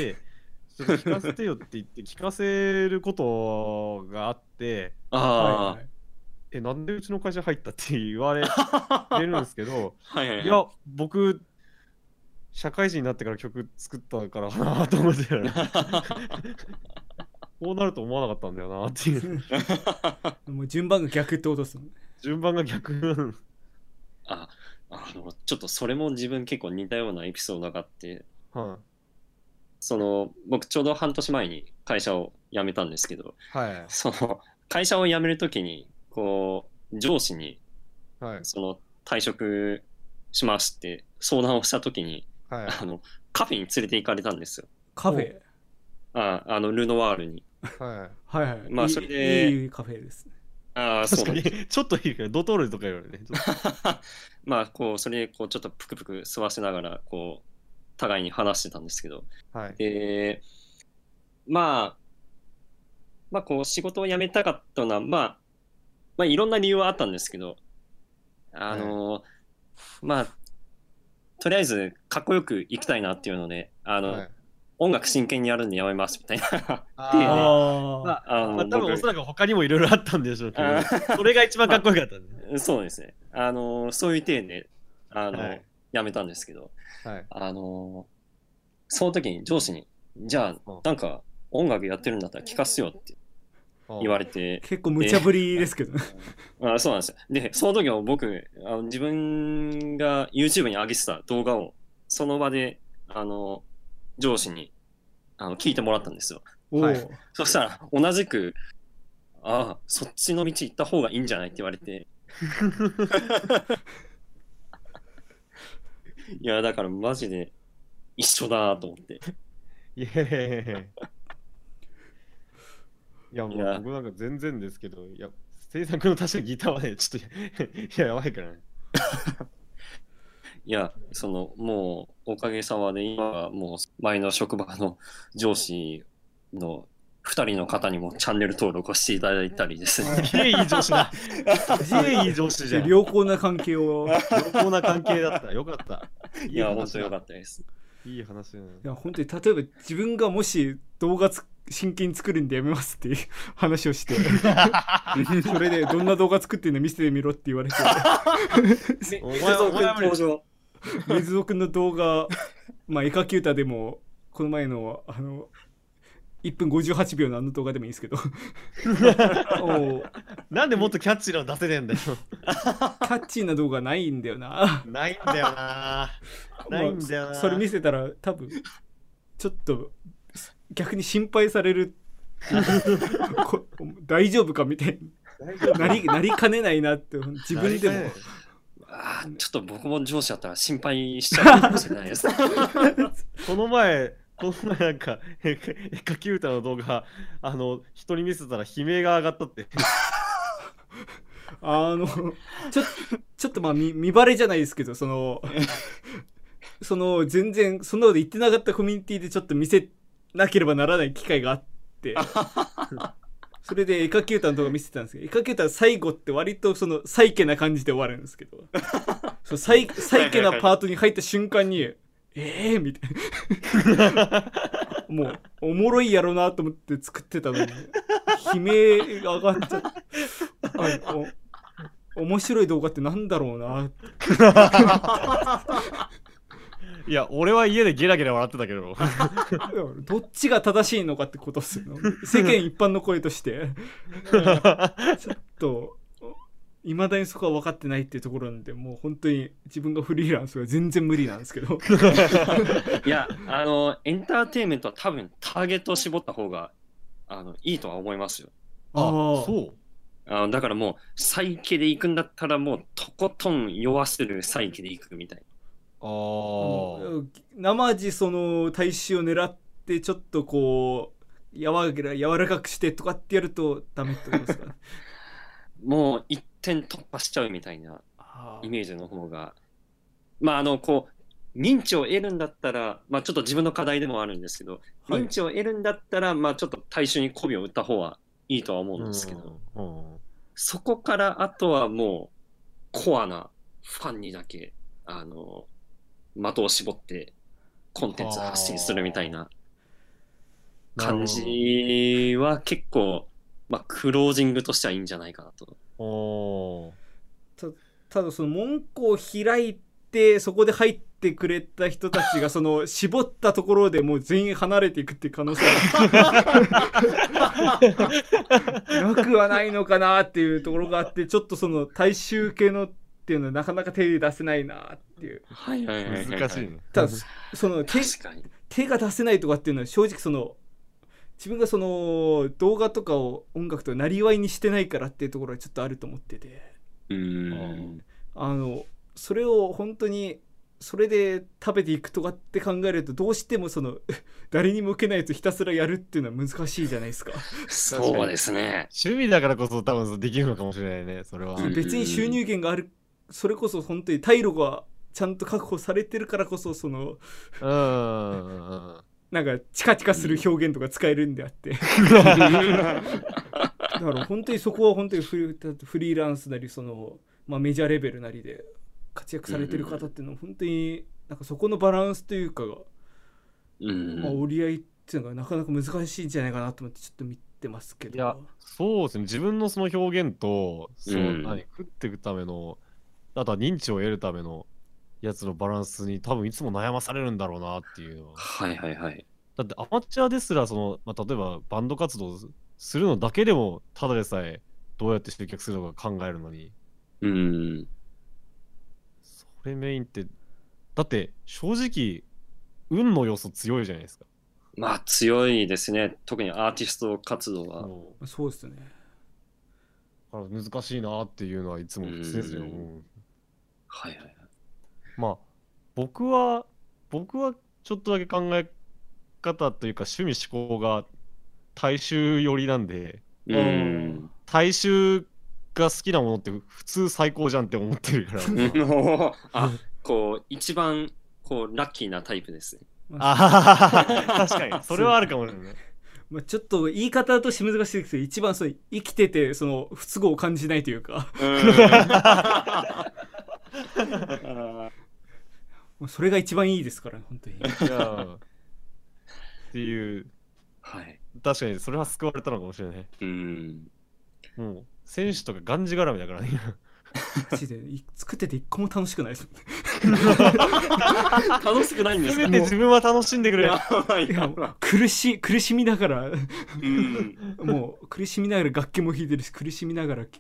ちょっと聞かせてよって言って聞かせることがあって、 ああ。 はいはい。 え、なんでうちの会社入ったって言われるんですけど、 はいはいはい。 いや、僕、社会人になってから曲作ったからかなと思ってたら、こうなると思わなかったんだよなっていう。 もう順番が逆ってことですもんね。 順番が逆。 あ、あの、ちょっとそれも自分結構似たようなエピソードがあって、 はその、僕ちょうど半年前に会社を辞めたんですけど、 い。はい。 その、会社を辞めるときに、こう、上司に、 はい。 その、退職しますって相談をしたときに、 はい。 あの、カフェに連れて行かれたんですよ。 カフェ。 あ、あの、ルノワールに。 はい。 はいはい。いいまあそれでいいカフェですね。 ああ、そう確かになんです。、 ちょっといいけど、ドトールとか言われるね。ちょっとまあ、こう、それで、こう、ちょっとプクプク吸わせながら、こう、互いに話してたんですけど、 はい。 で、まあ、まあ、こう、仕事を辞めたかったのは、まあ、まあ、いろんな理由はあったんですけど、あの、まあ、とりあえず、かっこよく生きたいなっていうので、あの、 はい音楽真剣にやるんでやめますみたいな。 あでねあまあ。 あ、 あのまあ、多分お僕そらく他にもいろいろあったんでしょうけどあ、 それが一番かっこよかったね。 そうですね。あの、そういう体で、あの、 はい辞めたんですけど、 はい。 あの、その時に上司に、じゃうんあ、なんか音楽やってるんだったら聞かせよって言われて、 結構無茶ぶりですけどね。 あそうなんですよ。で、その時は僕、あの自分が YouTube に上げてた動画を、その場で、あの、上司にあの聞いてもらったんですよ。 おお、 はいそしたら、同じく、ああ、そっちの道行った方がいいんじゃないって言われて、いや、だからマジで一緒だなと思って。 いやいやいやいや。いや、もういや僕なんか全然ですけど、いや、制作の確かにギターはね、ちょっと、いや、やばいからね。 いや、その、もう、おかげさまで今はもう、前の職場の上司のふたりの方にもチャンネル登録をしていただいたりですね。 すげえいい上司だ。すげえいい上司じゃん。 良好な関係を。 良好な関係だった。よかった。 いや、本当よかったです。 いい話だね。 いや、本当に、例えば自分がもし動画つ真剣に作るんでやめますっていう話をしてそれでどんな動画作ってんの見せてみろって言われてお前は登場水蔵くんの動画、まあ絵描き歌でもこの前のあのいっぷんごじゅうはちびょうのあの動画でもいいんですけどなんでもっとキャッチーなの出せねえんだよ。キャッチーな動画ないんだよな。 ないんだよな。ないんだよな。 それ見せたら多分ちょっと逆に心配される大丈夫かみたいになり、なりかねないなって自分でもあちょっと僕も上司だったら心配しちゃうかもしれないですこの前この前なんか絵描き歌の動画あの人に見せたら悲鳴が上がったってあのちょちょっとまあ 見, 見バレじゃないですけどそのその全然そんなこと言ってなかったコミュニティでちょっと見せなければならない機会があってそれで絵描き歌の動画見せてたんですけど、絵描き歌最後って割とそのサイケな感じで終わるんですけどそうサイサイケなパートに入った瞬間にえーみたいなもうおもろいやろなと思って作ってたのに悲鳴が上がっちゃってお面白い動画ってなんだろうなっていや俺は家でゲラゲラ笑ってたけどどっちが正しいのかってことっすよ世間一般の声としてちょっといまだにそこは分かってないっていうところなんでもう本当に自分がフリーランスが全然無理なんですけどいやあのエンターテインメントは多分ターゲットを絞った方があのいいとは思いますよ。 ああそうあのだからもうサイケで行くんだったらもうとことん酔わせるサイケで行くみたいな。 あ生地その大衆を狙ってちょっとこうやわら柔らかくしてとかってやるとダメってことですかねもう一点突破しちゃうみたいなイメージの方がまああのこう認知を得るんだったらまあちょっと自分の課題でもあるんですけど、はい、認知を得るんだったらまあちょっと大衆に媚びを打った方はいいとは思うんですけど、うんうん、そこからあとはもうコアなファンにだけあの的を絞ってコンテンツ発信するみたいな感じは結構、まあ、クロージングとしてはいいんじゃないかなと。 お た, ただその門戸を開いてそこで入ってくれた人たちがその絞ったところでもう全員離れていくっていう可能性はなくはないのかなっていうところがあってちょっとその大衆系のっていうのはなかなか手で出せないなっていう。 はいはいはいはい、はい、 難しいね。 ただその 手, 手が出せないとかっていうのは正直その自分がその動画とかを音楽となりわいにしてないからっていうところはちょっとあると思ってて、 うーんあのそれを本当にそれで食べていくとかって考えるとどうしてもその誰にも受けないとひたすらやるっていうのは難しいじゃないですか。 そうですね。 趣味だからこそ多分できるのかもしれないね。それは別に収入源があるそれこそ本当に退路がちゃんと確保されてるからこそそのうんなんかチカチカする表現とか使えるんであってだから本当にそこは本当にフリーランスなりその、まあ、メジャーレベルなりで活躍されてる方っていうのは本当になんかそこのバランスというかが、 うんまあ、折り合いっていうのがなかなか難しいんじゃないかなと思ってちょっと見てますけど。 いやそうですね自分のその表現とそう、 うん、 何食っていくためのあとは認知を得るためのやつのバランスに多分いつも悩まされるんだろうなっていうのは。 はいはいはい。 だってアマチュアですらその、まあ、例えばバンド活動するのだけでもただでさえどうやって集客するのか考えるのに、 うん、 それメインってだって正直運の要素強いじゃないですか。 まあ強いですね特にアーティスト活動は。 そうですね。 だから難しいなっていうのはいつも常々思う。 はいはいはい。 まあ僕は僕はちょっとだけ考え方というか趣味思考が大衆寄りなんで、 うん、 大衆が好きなものって普通最高じゃんって思ってるからあこう一番こうラッキーなタイプです。 ああ確かにそれはあるかもしれない。 まあ、ちょっと言い方として難しいですけど、一番そう生きててその不都合を感じないというかもうそれが一番いいですから本当に。いやっていう、 はい、 確かにそれは救われたのかもしれない。 うん、 もう選手とかがんじがらみだからねマジで作ってて一個も楽しくないです楽しくないんですか。 せめて自分は楽しんでくれ。 いや苦し苦しみながら、うん、もう苦しみながら楽器も弾いてるし苦しみながらち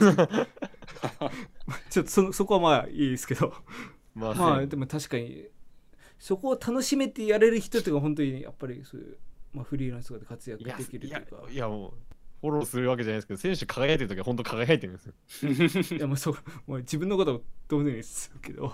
ょっと そ, そこはまあいいですけどまあ、まあ、でも確かにそこを楽しめてやれる人っていうのは本当にやっぱりそういう、まあ、フリーランスとかで活躍できるというか。いや、 いやもうフォローするわけじゃないですけど、選手輝いてるときは本当輝いてるんですよ。 いやもうそうもう自分のことをどうでもいいですけど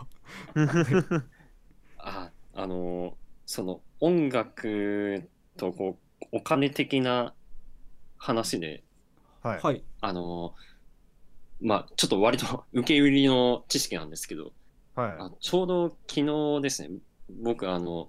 ああのその音楽とこうお金的な話で、 はい、 あのまあちょっと割と受け売りの知識なんですけど、 はい、 あちょうど昨日ですね、僕あの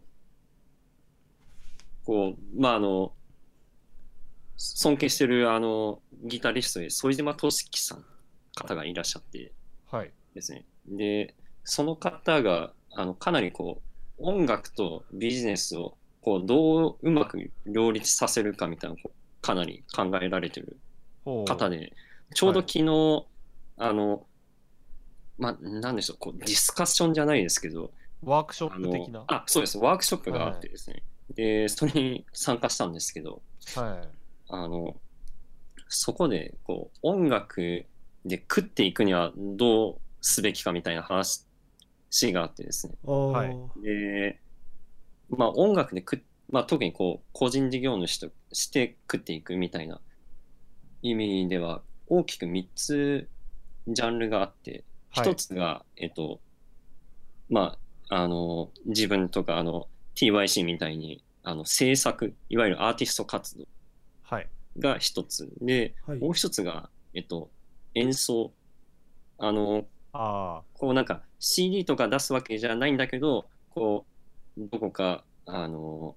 こうまああの尊敬してるあのギタリストで副島俊樹さん方がいらっしゃってですね、はい、でその方があのかなりこう音楽とビジネスをこうどううまく両立させるかみたいなのをかなり考えられてる方で、ちょうど昨日、はい、あのまあなんでしょう、こうディスカッションじゃないですけどワークショップ的なあ, あそうですワークショップがあってですね、はい、でそれに参加したんですけど、 はい、 あのそこでこう音楽で食っていくにはどうすべきかみたいな話があってですね、 はい、 でまあ音楽でく、まあ、特にこう個人事業主として食っていくみたいな意味では大きくみっつジャンルがあって、はい、ひとつがえっとまああの自分とかあの ティーワイシー みたいにあの制作いわゆるアーティスト活動が一つで、はい、もう一つが、えっと、演奏あのあこうなんか シーディー とか出すわけじゃないんだけどこうどこかあの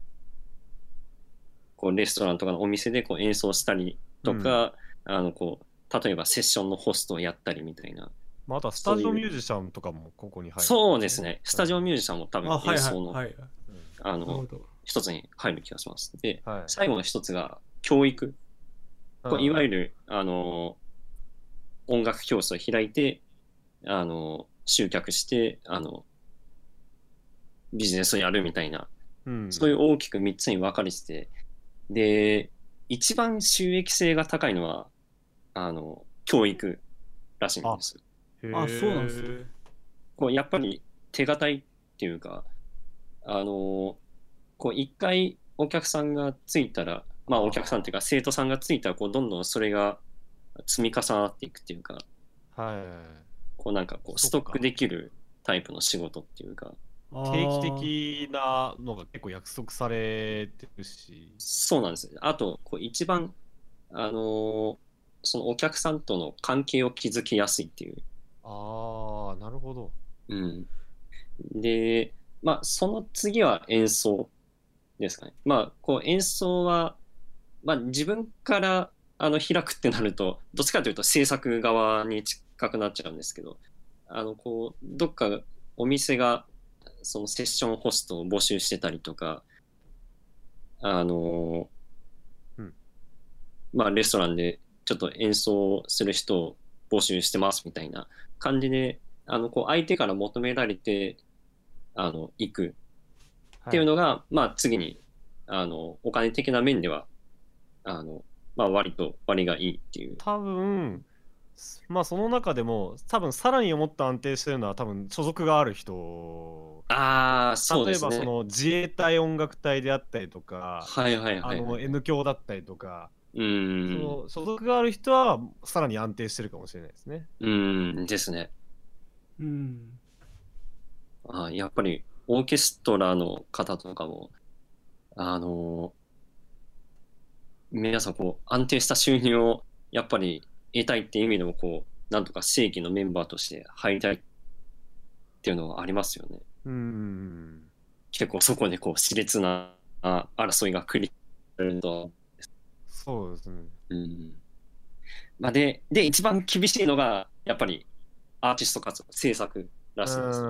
こうレストランとかのお店でこう演奏したりとか、うん、あのこう例えばセッションのホストをやったりみたいな、 まあ、あとはスタジオミュージシャンとかもここに入る、ね、 そうですね、スタジオミュージシャンも多分演奏のあの一つに入る気がします。で、はい、最後の一つが教育、こういわゆるあの音楽教室を開いてあの集客してあのビジネスをやるみたいな、うん、そういう大きくみっつに分かれてて、で一番収益性が高いのはあの教育らしいんです。 あ、そうなんですね。 こうやっぱり手堅いっていうか、あのこう一回お客さんがついたら、まあお客さんっていうか生徒さんがついたらこうどんどんそれが積み重なっていくっていうか、 はい、 こうなんかこうストックできるタイプの仕事っていうか、 定期的なのが結構約束されてるし。 そうなんです。あとこう一番あのー、そのお客さんとの関係を築きやすいっていう。 ああ、なるほど。 うん。で、まあその次は演奏ですかね。まあこう演奏は、まあ自分からあの開くってなるとどっちかというと制作側に近くなっちゃうんですけど、あのこうどっかお店がそのセッションホストを募集してたりとか、あの、うん、まあレストランでちょっと演奏する人を募集してますみたいな感じで、あのこう相手から求められてあの行くっていうのが、はい、まあ次にあのお金的な面ではあのまあ割と割がいいっていう。 多分まあその中でも多分さらにもっと安定してるのは多分所属がある人。 ああ、そうですね。 例えばその自衛隊音楽隊であったりとか、 はいはいはい、はい、 あの N 響だったりとか、 うんその所属がある人はさらに安定してるかもしれないですね。 うんですね。 うん。 あ、やっぱりオーケストラの方とかもあの皆さんこう安定した収入をやっぱり得たいっていう意味でもこうなんとか正規のメンバーとして入りたいっていうのはありますよね。 うん。 結構そこでこう熾烈な争いが繰り広げられると。 そうですね。 うん。まあ、で、で、一番厳しいのが、やっぱりアーティスト活動、制作らしいです。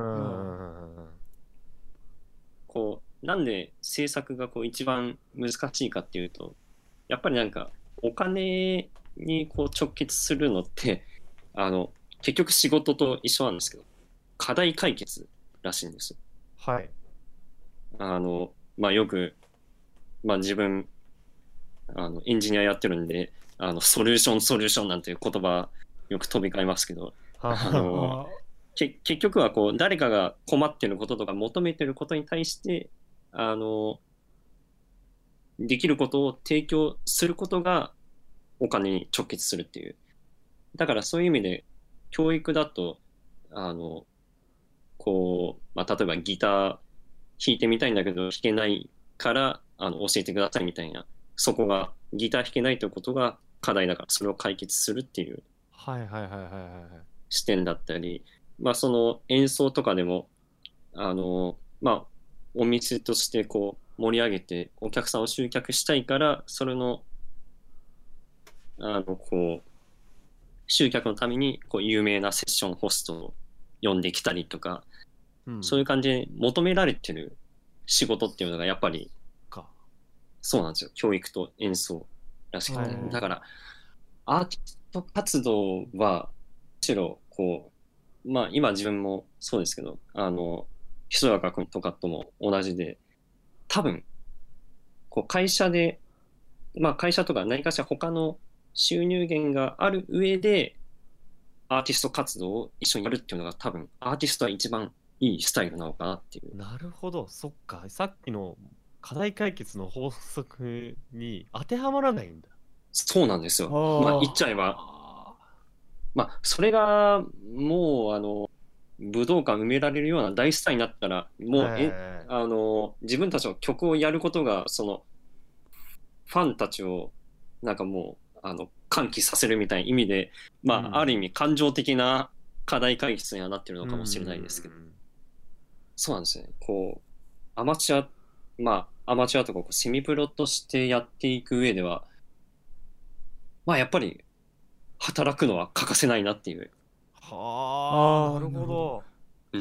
こう、なんで制作がこう一番難しいかっていうと、やっぱりなんか、お金にこう直結するのって、あの、結局仕事と一緒なんですけど、課題解決らしいんです。 はい。 あの、まあ、よく、まあ、自分、あの、エンジニアやってるんで、あの、ソリューション、ソリューションなんていう言葉、よく飛び交いますけど、あの、け結局はこう、誰かが困ってることとか求めてることに対して、あの、できることを提供することがお金に直結するっていう。だからそういう意味で、教育だと、あの、こう、まあ、例えばギター弾いてみたいんだけど弾けないからあの教えてくださいみたいな、そこがギター弾けないということが課題だからそれを解決するっていう視点だったり、まあその演奏とかでもあのまあお店としてこう盛り上げてお客さんを集客したいからそれのあのこう集客のためにこう有名なセッションホストを呼んできたりとか、うん、そういう感じで求められてる仕事っていうのがやっぱりかそうなんですよ、教育と演奏らしくて、だからアーティスト活動はむしろこうまあ今自分もそうですけどあのひそやか君とかとも同じで多分こう会社でまあ会社とか何かしら他の収入源がある上でアーティスト活動を一緒にやるっていうのが多分アーティストは一番いいスタイルなのかなっていう。 なるほど、そっか、さっきの課題解決の法則に当てはまらないんだ。 そうなんですよ。まあ言っちゃえばまあそれがもうあの武道館埋められるような大スターになったらもうえあの自分たちの曲をやることがそのファンたちをなんかもうあの喚起させるみたいな意味で、まあ、うん、ある意味感情的な課題解決にはなってるのかもしれないですけど、うん、そうなんですね。こうアマチュアまあアマチュアとかこうセミプロとしてやっていく上ではまあやっぱり働くのは欠かせないなっていう。 はあ、なるほど。 うん。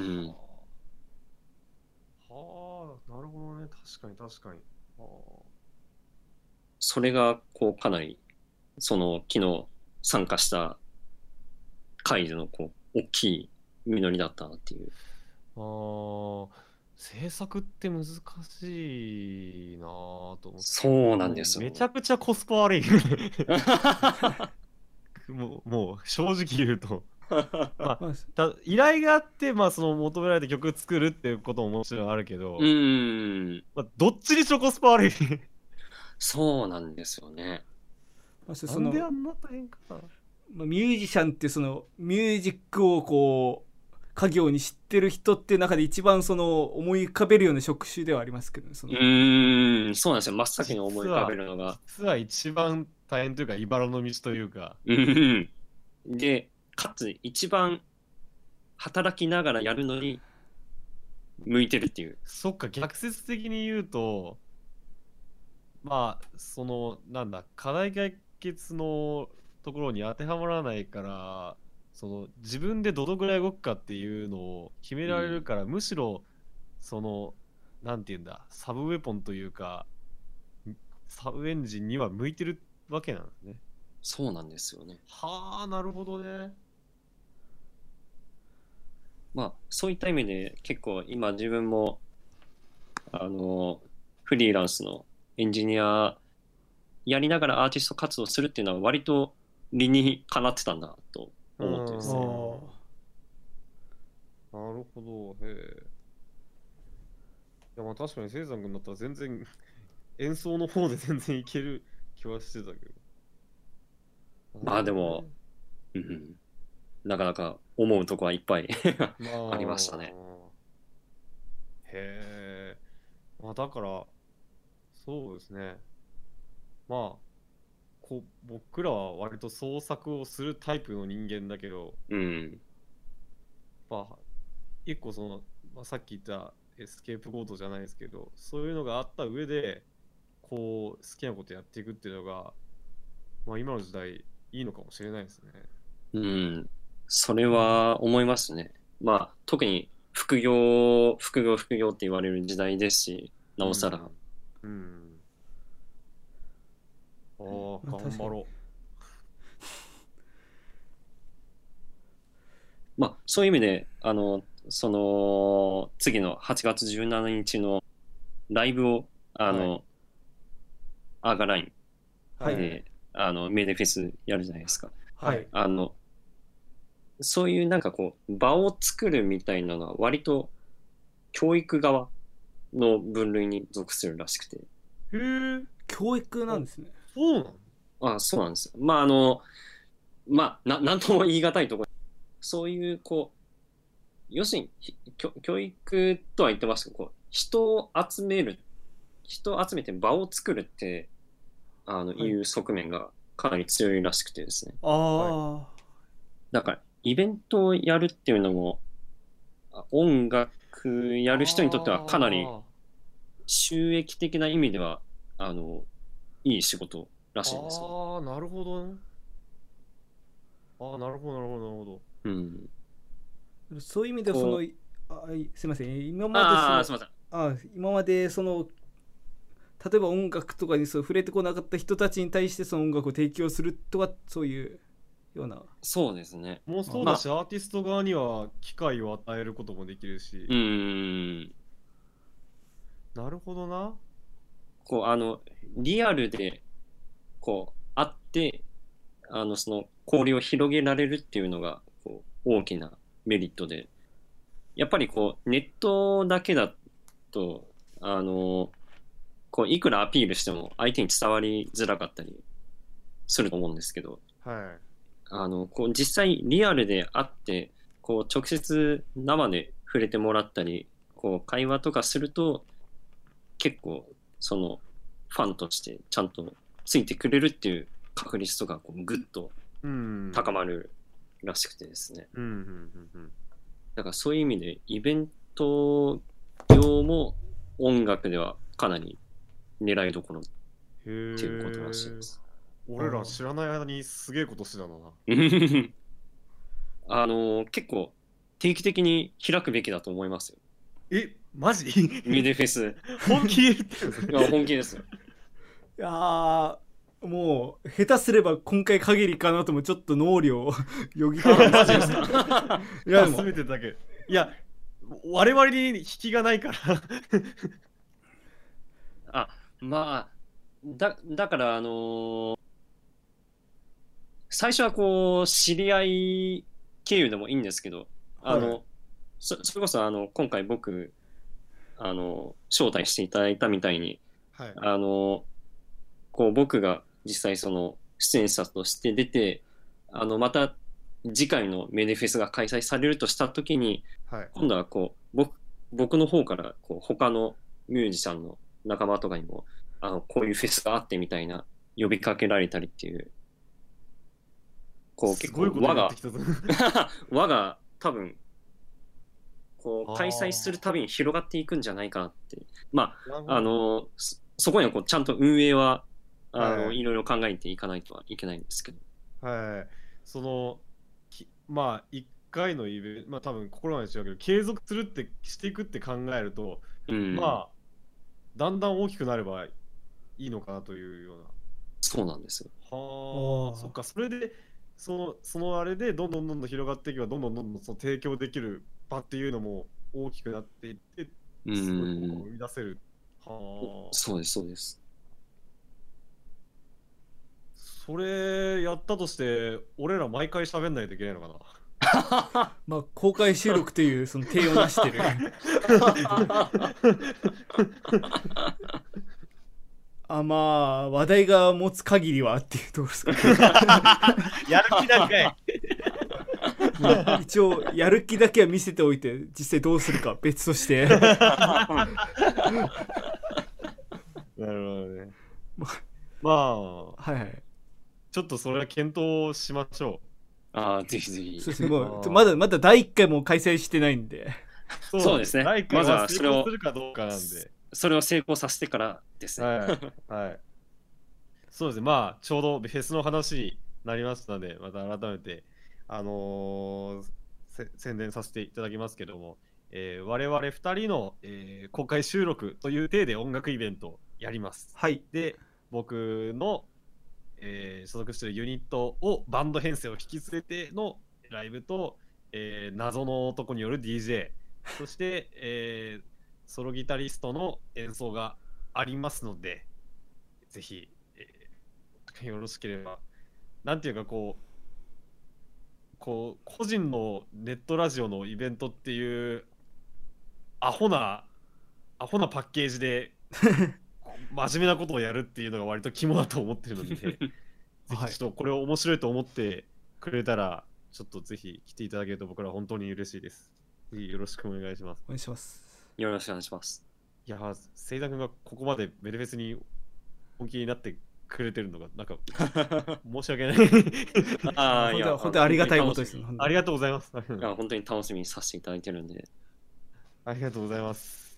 はあ、なるほどね。確かに確かに。はあ、 それがこうかなりその昨日参加した会でのこう大きい実りだったなっていう。 ああ、制作って難しいなと思って。 そうなんですよ。 めちゃくちゃコスパ悪い。もう、もう正直言うと。まあ、た依頼があって、まあ、その求められた曲作るっていうことももちろんあるけど、 うん、 まあ、どっちにしろコスパ悪い。 そうなんですよね。 まあ、そのなんであんな大変かな。 まあ、ミュージシャンってそのミュージックをこう家業に知ってる人って中で一番その思い浮かべるような職種ではありますけど、ね、そのうーんそうなんですよ。真っ先に思い浮かべるのが実は一番大変というか茨の道というか、 うんでかつ一番働きながらやるのに向いてるっていう。 そっか、逆説的に言うとまあそのなんだ課題解決のところに当てはまらないからその自分でどのぐらい動くかっていうのを決められるから、うん、むしろそのなんていうんだサブウェポンというかサブエンジンには向いてるわけなんですね。 そうなんですよね。 はあ、なるほどね。 まあそういった意味で結構今自分もあのフリーランスのエンジニアやりながらアーティスト活動するっていうのは割と理にかなってたんだと思ってですね。 なるほど。へえ。いやまあ確かにせいざん君だったら全然演奏の方で全然いける気はしてたけど。 まあでも、うん、なかなか思うとこはいっぱいありましたね。 へえ。まあだからそうですね。まあこ僕らは割と創作をするタイプの人間だけど、 うん、 まあ一個その、まあ、さっき言ったエスケープゴートじゃないですけど、そういうのがあった上でこう好きなことやっていくっていうのが、まあ、今の時代いいのかもしれないですね。 うん、それは思いますね。まあ特に副業副業副業って言われる時代ですし、なおさら。 うん、うん、ああ頑張ろう。 まあそういう意味であのその次のはちがつじゅうしちにちのライブをあの、はい、アーガラインで、はい、あのメデフェスやるじゃないですか。 はい、 あのそういうなんかこう場を作るみたいなのは割と教育側の分類に属するらしくて。へえ、 教育なんですね。 そうなの？ あ、そうなんですよ。まああのまあななんとも言い難いところ、そういうこう要するに教育とは言ってますけど、こう人を集める人を集めて場を作るってあの、はい、いう側面がかなり強いらしくてですね。 ああ、はい、 だからイベントをやるっていうのも音楽やる人にとってはかなり収益的な意味ではあのいい仕事らしいんですよ。 ああ、なるほどね。ああ、なるほどなるほどなるほど。 うん。 そういう意味ではそのあすみません今までそのあ今までその例えば音楽とかにそう触れてこなかった人たちに対してその音楽を提供するとかそういうような。 そうですね。 もうそうだし、まあ、アーティスト側には機会を与えることもできるし。 うーん。 なるほどな。 こうあのリアルでこう会ってあのその交流を広げられるっていうのがこう大きなメリットで、やっぱりこうネットだけだとあのこういくらアピールしても相手に伝わりづらかったりすると思うんですけど、 はい、 あのこう実際リアルで会ってこう直接生で触れてもらったりこう会話とかすると結構そのファンとしてちゃんとついてくれるっていう確率とかこうグッと高まるらしくてですね。 うんうんうんうん、 だからそういう意味でイベント業も音楽ではかなり狙いどころっていうことらしいです。 俺ら知らない間にすげえことしてたのな。あの結構定期的に開くべきだと思いますよ。 え、マジ？ メデフェス。 本気で言ってるんですか？いや本気ですよ。 いやーもう下手すれば今回限りかなともちょっと脳裏をよぎったマジですか？ いや全てだけいや我々に引きがないからあまあだだからあのー、最初はこう知り合い経由でもいいんですけど、あの、はい、そ, それこそあの今回僕あの招待していただいたみたいに、はい、あのこう僕が実際その出演者として出てあのまた次回のメデフェスが開催されるとした時に、はい、今度はこう 僕, 僕の方からこう他のミュージシャンの仲間とかにもあのこういうフェスがあってみたいな呼びかけられたりっていうこう結構輪が輪が多分こう開催するたびに広がっていくんじゃないかなってまああのそこにはこうちゃんと運営はあの、はい、いろいろ考えていかないとはいけないんですけど、 はい、そのまあいっかいのイベント、まあ多分心が違うけど継続するってしていくって考えると、うん、まあだんだん大きくなればいいのかなというような。 そうなんですよ。 はあ、そっか、それでそのそのあれでどんどんどんどん広がっていけばどんどんどんどんその提供できる場っていうのも大きくなっていってすごい効果を生み出せる。はあ、 そうですそうです。 それやったとして俺ら毎回喋んないといけないのかな。 まあ公開収録というその手を出してるあまあ話題が持つ限りはっていうところですかやる気だけ一応やる気だけは見せておいて実際どうするか別としてなるほどね。まあはいはいちょっとそれは検討しましょう。 ああぜひぜひ。 そうですね、もうまだまだだいいっかいも開催してないんでそうですね。まずはそれをするかどうかなんで。 それを成功させてからですね。 はい。はい。そうですね。まあ、ちょうどフェスの話になりましたので、また改めて、あのー、宣伝させていただきますけども、えー、我々ふたりの、えー、公開収録という体で音楽イベントをやります。 はい。 で、僕の、えー、所属しているユニットをバンド編成を引き連れてのライブと、えー、謎の男による ディージェー、そして、えー、ソロギタリストの演奏がありますので、ぜひ、えー、よろしければ、なんていうかこう、こう個人のネットラジオのイベントっていうアホなアホなパッケージで真面目なことをやるっていうのが割と肝だと思ってるので、ぜひちょっとこれを面白いと思ってくれたら、ちょっとぜひ来ていただけると僕ら本当に嬉しいです。ぜひよろしくお願いします。 お願いします。 よろしくお願いします。 いや、せいざくんがここまでメルフェスに本気になってくれてるのがなんか申し訳ないああ、いや、 本当にありがたいことです。 ありがとうございます。 いや、本当に楽しみにさせていただいてるんで。 ありがとうございます。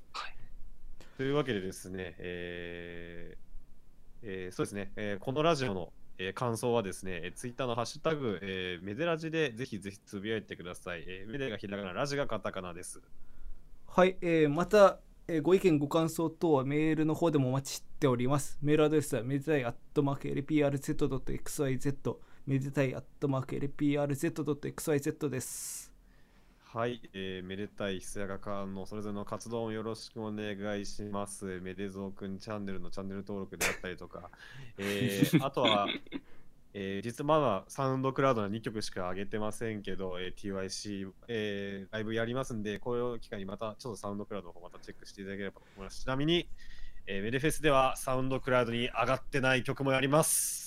はい、 というわけでですね、えーえー、そうですね、えー、このラジオの、えー、感想はですね、ツイッターのハッシュタグ、えー、メデラジでぜひぜひつぶやいてください。えー、メデがひらがな、ラジがカタカナです。 はい、えー、また、えー、ご意見ご感想等はメールの方でもお待ちしております。メールアドレスはめでたいアットマーク エルピーアールゼットドットエックスワイゼット めでたいアットマーク エルピーアールゼットドットエックスワイゼット です。 はい、えー、めでたいひすやがかんのそれぞれの活動をよろしくお願いします。めでぞうくんチャンネルのチャンネル登録であったりとか、えー、あとは、えー、実はまだサウンドクラウドのにきょくしか上げてませんけど、えー、ティーワイシー、えー、ライブやりますんで、こういう機会にまたちょっとサウンドクラウドの方またチェックしていただければと思います。ちなみに、えー、メデフェスではサウンドクラウドに上がってない曲もやります。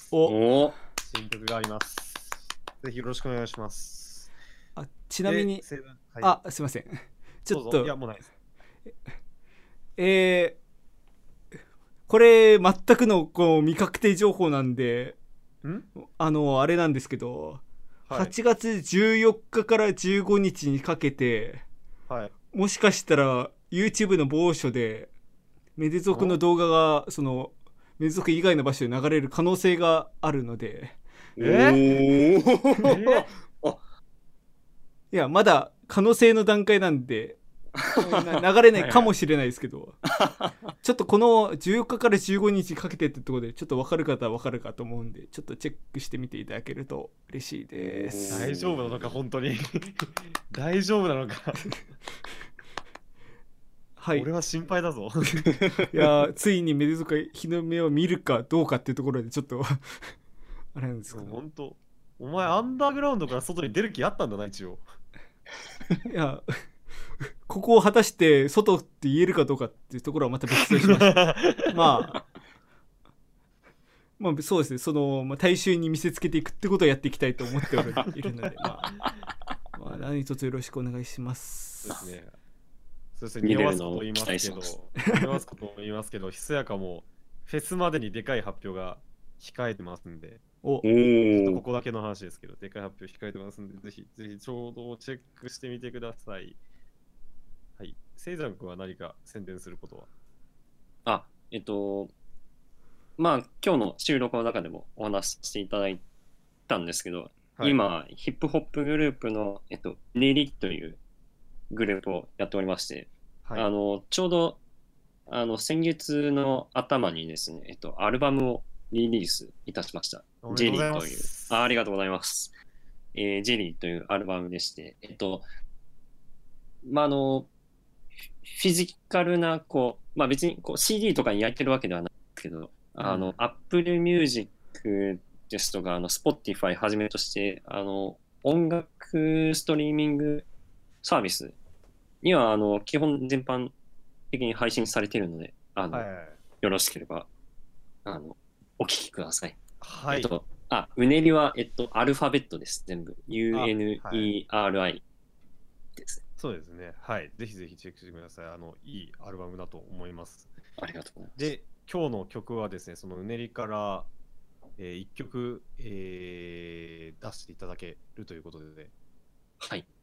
おお新曲があります。ぜひよろしくお願いします。 あ、ちなみに、はい、あ、すいません。ちょっと、いや、もうないです。えー、これ、全くのこう未確定情報なんで、 んあの、あれなんですけど、はい、はちがつじゅうよっかからじゅうごにちにかけて、はい、もしかしたら YouTube の某所で、メデ族の動画が、その、メデ族以外の場所で流れる可能性があるので、 えーいや、まだ可能性の段階なんで、流れないかもしれないですけど、ちょっとこのじゅうよっかからじゅうごにちかけてってところで、ちょっと分かる方は分かるかと思うんで、ちょっとチェックしてみていただけると嬉しいです。 大丈夫なのか、本当に。大丈夫なのか。はい。俺は心配だぞ。 いや、ついにメデゾカ日の目を見るかどうかっていうところで、ちょっとあれなんですけど。 本当。お前、アンダーグラウンドから外に出る気あったんだな、一応。 いや、ここを果たして外って言えるかどうかっていうところはまた別としました。まあ、まあそうですね、その、まあ、大衆に見せつけていくってことをやっていきたいと思っておるいるので、まあ、まあ、何卒よろしくお願いします。 そうですね。そうですね、匂わすことを言いますけど、匂わすことを言いますけど、ひそやかもフェスまでにでかい発表が控えてますんで、おちょっとここだけの話ですけど、でかい発表控えてますんで、ぜひ、ぜひ、ちょうどチェックしてみてください。はい。せいざん君は何か宣伝することは？ あ、えっと、まあ、今日の収録の中でもお話ししていただいたんですけど、はい、今、ヒップホップグループの、えっと、ネリというグループをやっておりまして、はい、あの、ちょうど、あの、先月の頭にですね、えっと、アルバムをリリースいたしました。ジェリーという。あ、ありがとうございます。えー、ジェリーというアルバムでして、えっと、まあ、あの、フィジカルな、こう、まあ別にこう シーディー とかに焼いてるわけではないですけど、うん、あの、Apple Music ですとか、あの、Spotify はじめとして、あの、音楽ストリーミングサービスには、あの、基本全般的に配信されているので、あの、はいはいはい、よろしければ、あの、お聞きください。はい。えっと、あ、うねりは、えっと、アルファベットです。全部。ユーエヌイーアールアイ です。 そうですね。はい。ぜひぜひチェックしてください。あの、いいアルバムだと思います。 ありがとうございます。 で、今日の曲はですね、そのうねりから、えー、いっきょく、えー、出していただけるということで、ね、 はい。 え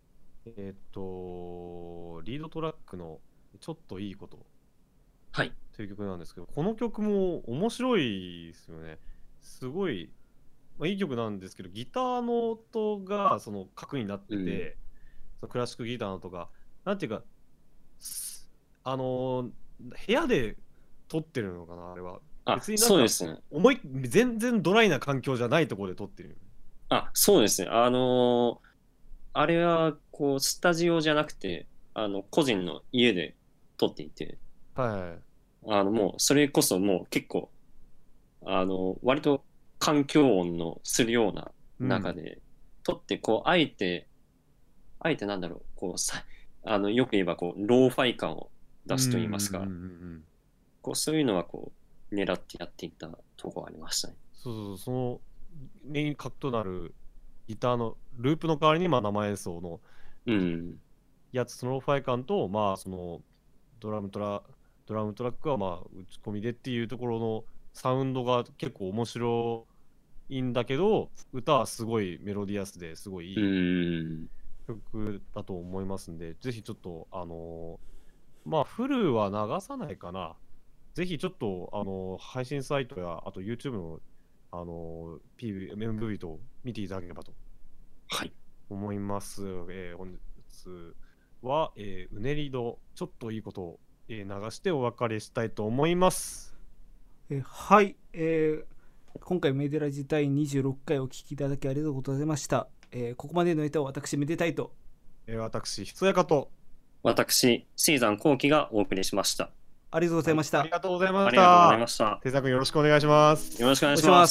えっ、ー、とリードトラックのちょっといいことはいという曲なんですけど、この曲も面白いですよね。すごい、まあ、いい曲なんですけど、ギターの音がその核になってて、うん、そのクラシックギターの音がなんていうか、あのー、部屋で撮ってるのかな、あれは。 あ、別になんかそうですね。 思い全然ドライな環境じゃないところで撮ってる。 あ、そうですね。あのー、あれはこうスタジオじゃなくて、あの個人の家で撮っていて、 はい。 あのもうそれこそもう結構あの割と環境音のするような中で、うん、撮ってこうあえてあえてなんだろうこうさあのよく言えばこうローファイ感を出すと言いますか、こうそういうのはこう狙ってやっていったところありましたね。 そうそう、そのメイン核となるギターのループの代わりにまあ生演奏のやつ、うん、そのローファイ感とまあそのドラムトラドラムトラックはまあ打ち込みでっていうところのサウンドが結構面白いんだけど、歌はすごいメロディアスですごいいい曲だと思いますんで、ぜひちょっとあのー、まあフルは流さないかな。ぜひちょっとあのー、配信サイトやあと YouTube のあのー、ピーブイ、エムブイ と見ていただければと思います。はい、えー、本日は、えー、うねりどちょっといいことを、えー、流してお別れしたいと思います。 えー、はい、えー、今回メデラジ第にじゅうろっかいお聞きいただきありがとうございました。えー、ここまでのネタを私めでたいと、 えー、私ひつやかと私シーザン後期がお送りしました。 ありがとうございました。はい、 ありがとうございました。 ありがとうございました。 手沢君よろしくお願いします。 よろしくお願いします。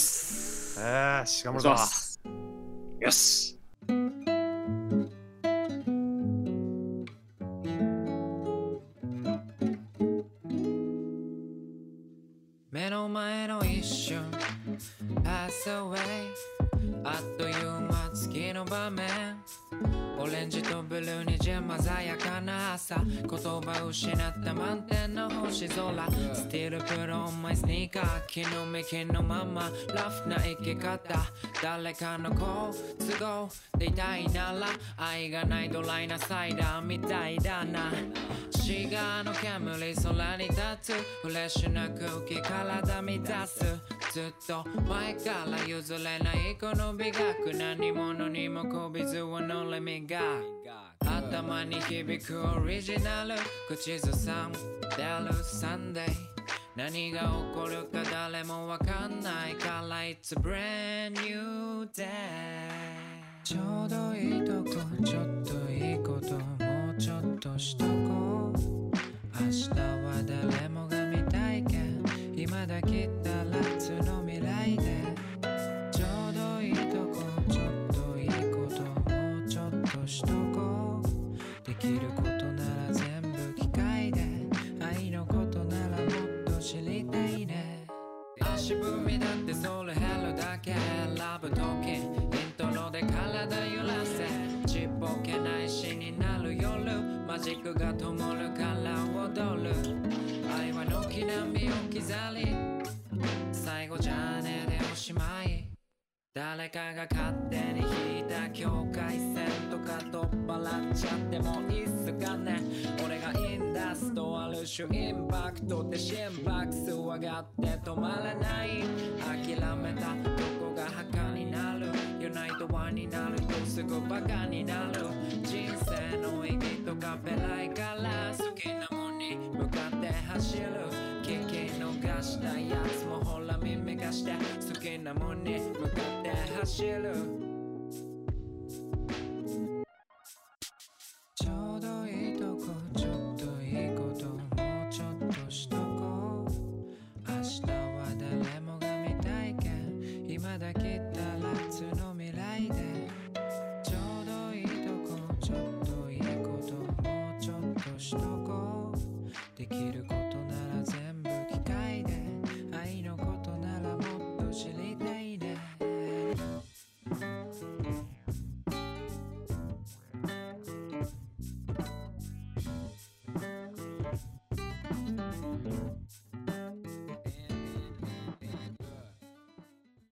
えー、し頑張るぞ。 よし。 目の前の一瞬 Pass away あっという間月の場面オレンジとブルーにジェム鮮やかな朝言葉失った満天の星空 Still put on my sneaker 気のめきのままラフな生き方誰かの好都合でいたいなら愛がないドライなサイダーみたいだなシガーの煙空に立つフレッシュな空気体満たすずっと前から譲れないこの美学何者にもこびずはのレミが頭に響くオリジナル口ずさんでるサンデー何が起こるか誰もわかんないから It's a brand new day ちょうどいいとこちょっといいこともうちょっとしとこう明日は誰もが見たいけん今だきったら夏の未来でちょうどいいとこちょっといいこともうちょっとしとこうできることなら全部機械で愛のことならもっと知りたいね足踏みだってそれ減るだけラブトーキンイントロで体揺らせちっぽけない詩になる夜マジックが灯るから踊る愛は軒並み置き去り最後じゃねでおしまい誰かが勝手に引いた境界線とか取っ払っちゃってもいいっすかね俺がインダストある種インパクトで心拍数上がって止まらない諦めたどこが墓になるユナイトワンになるとすぐバカになる人生の意味とかペライから好きなもんに向かって走る聞き逃したやつもほら耳がして好きなもんに向かって走るちょうどいいとこちょっといいこともうちょっとしとこう明日は誰もが見たいけん今だけ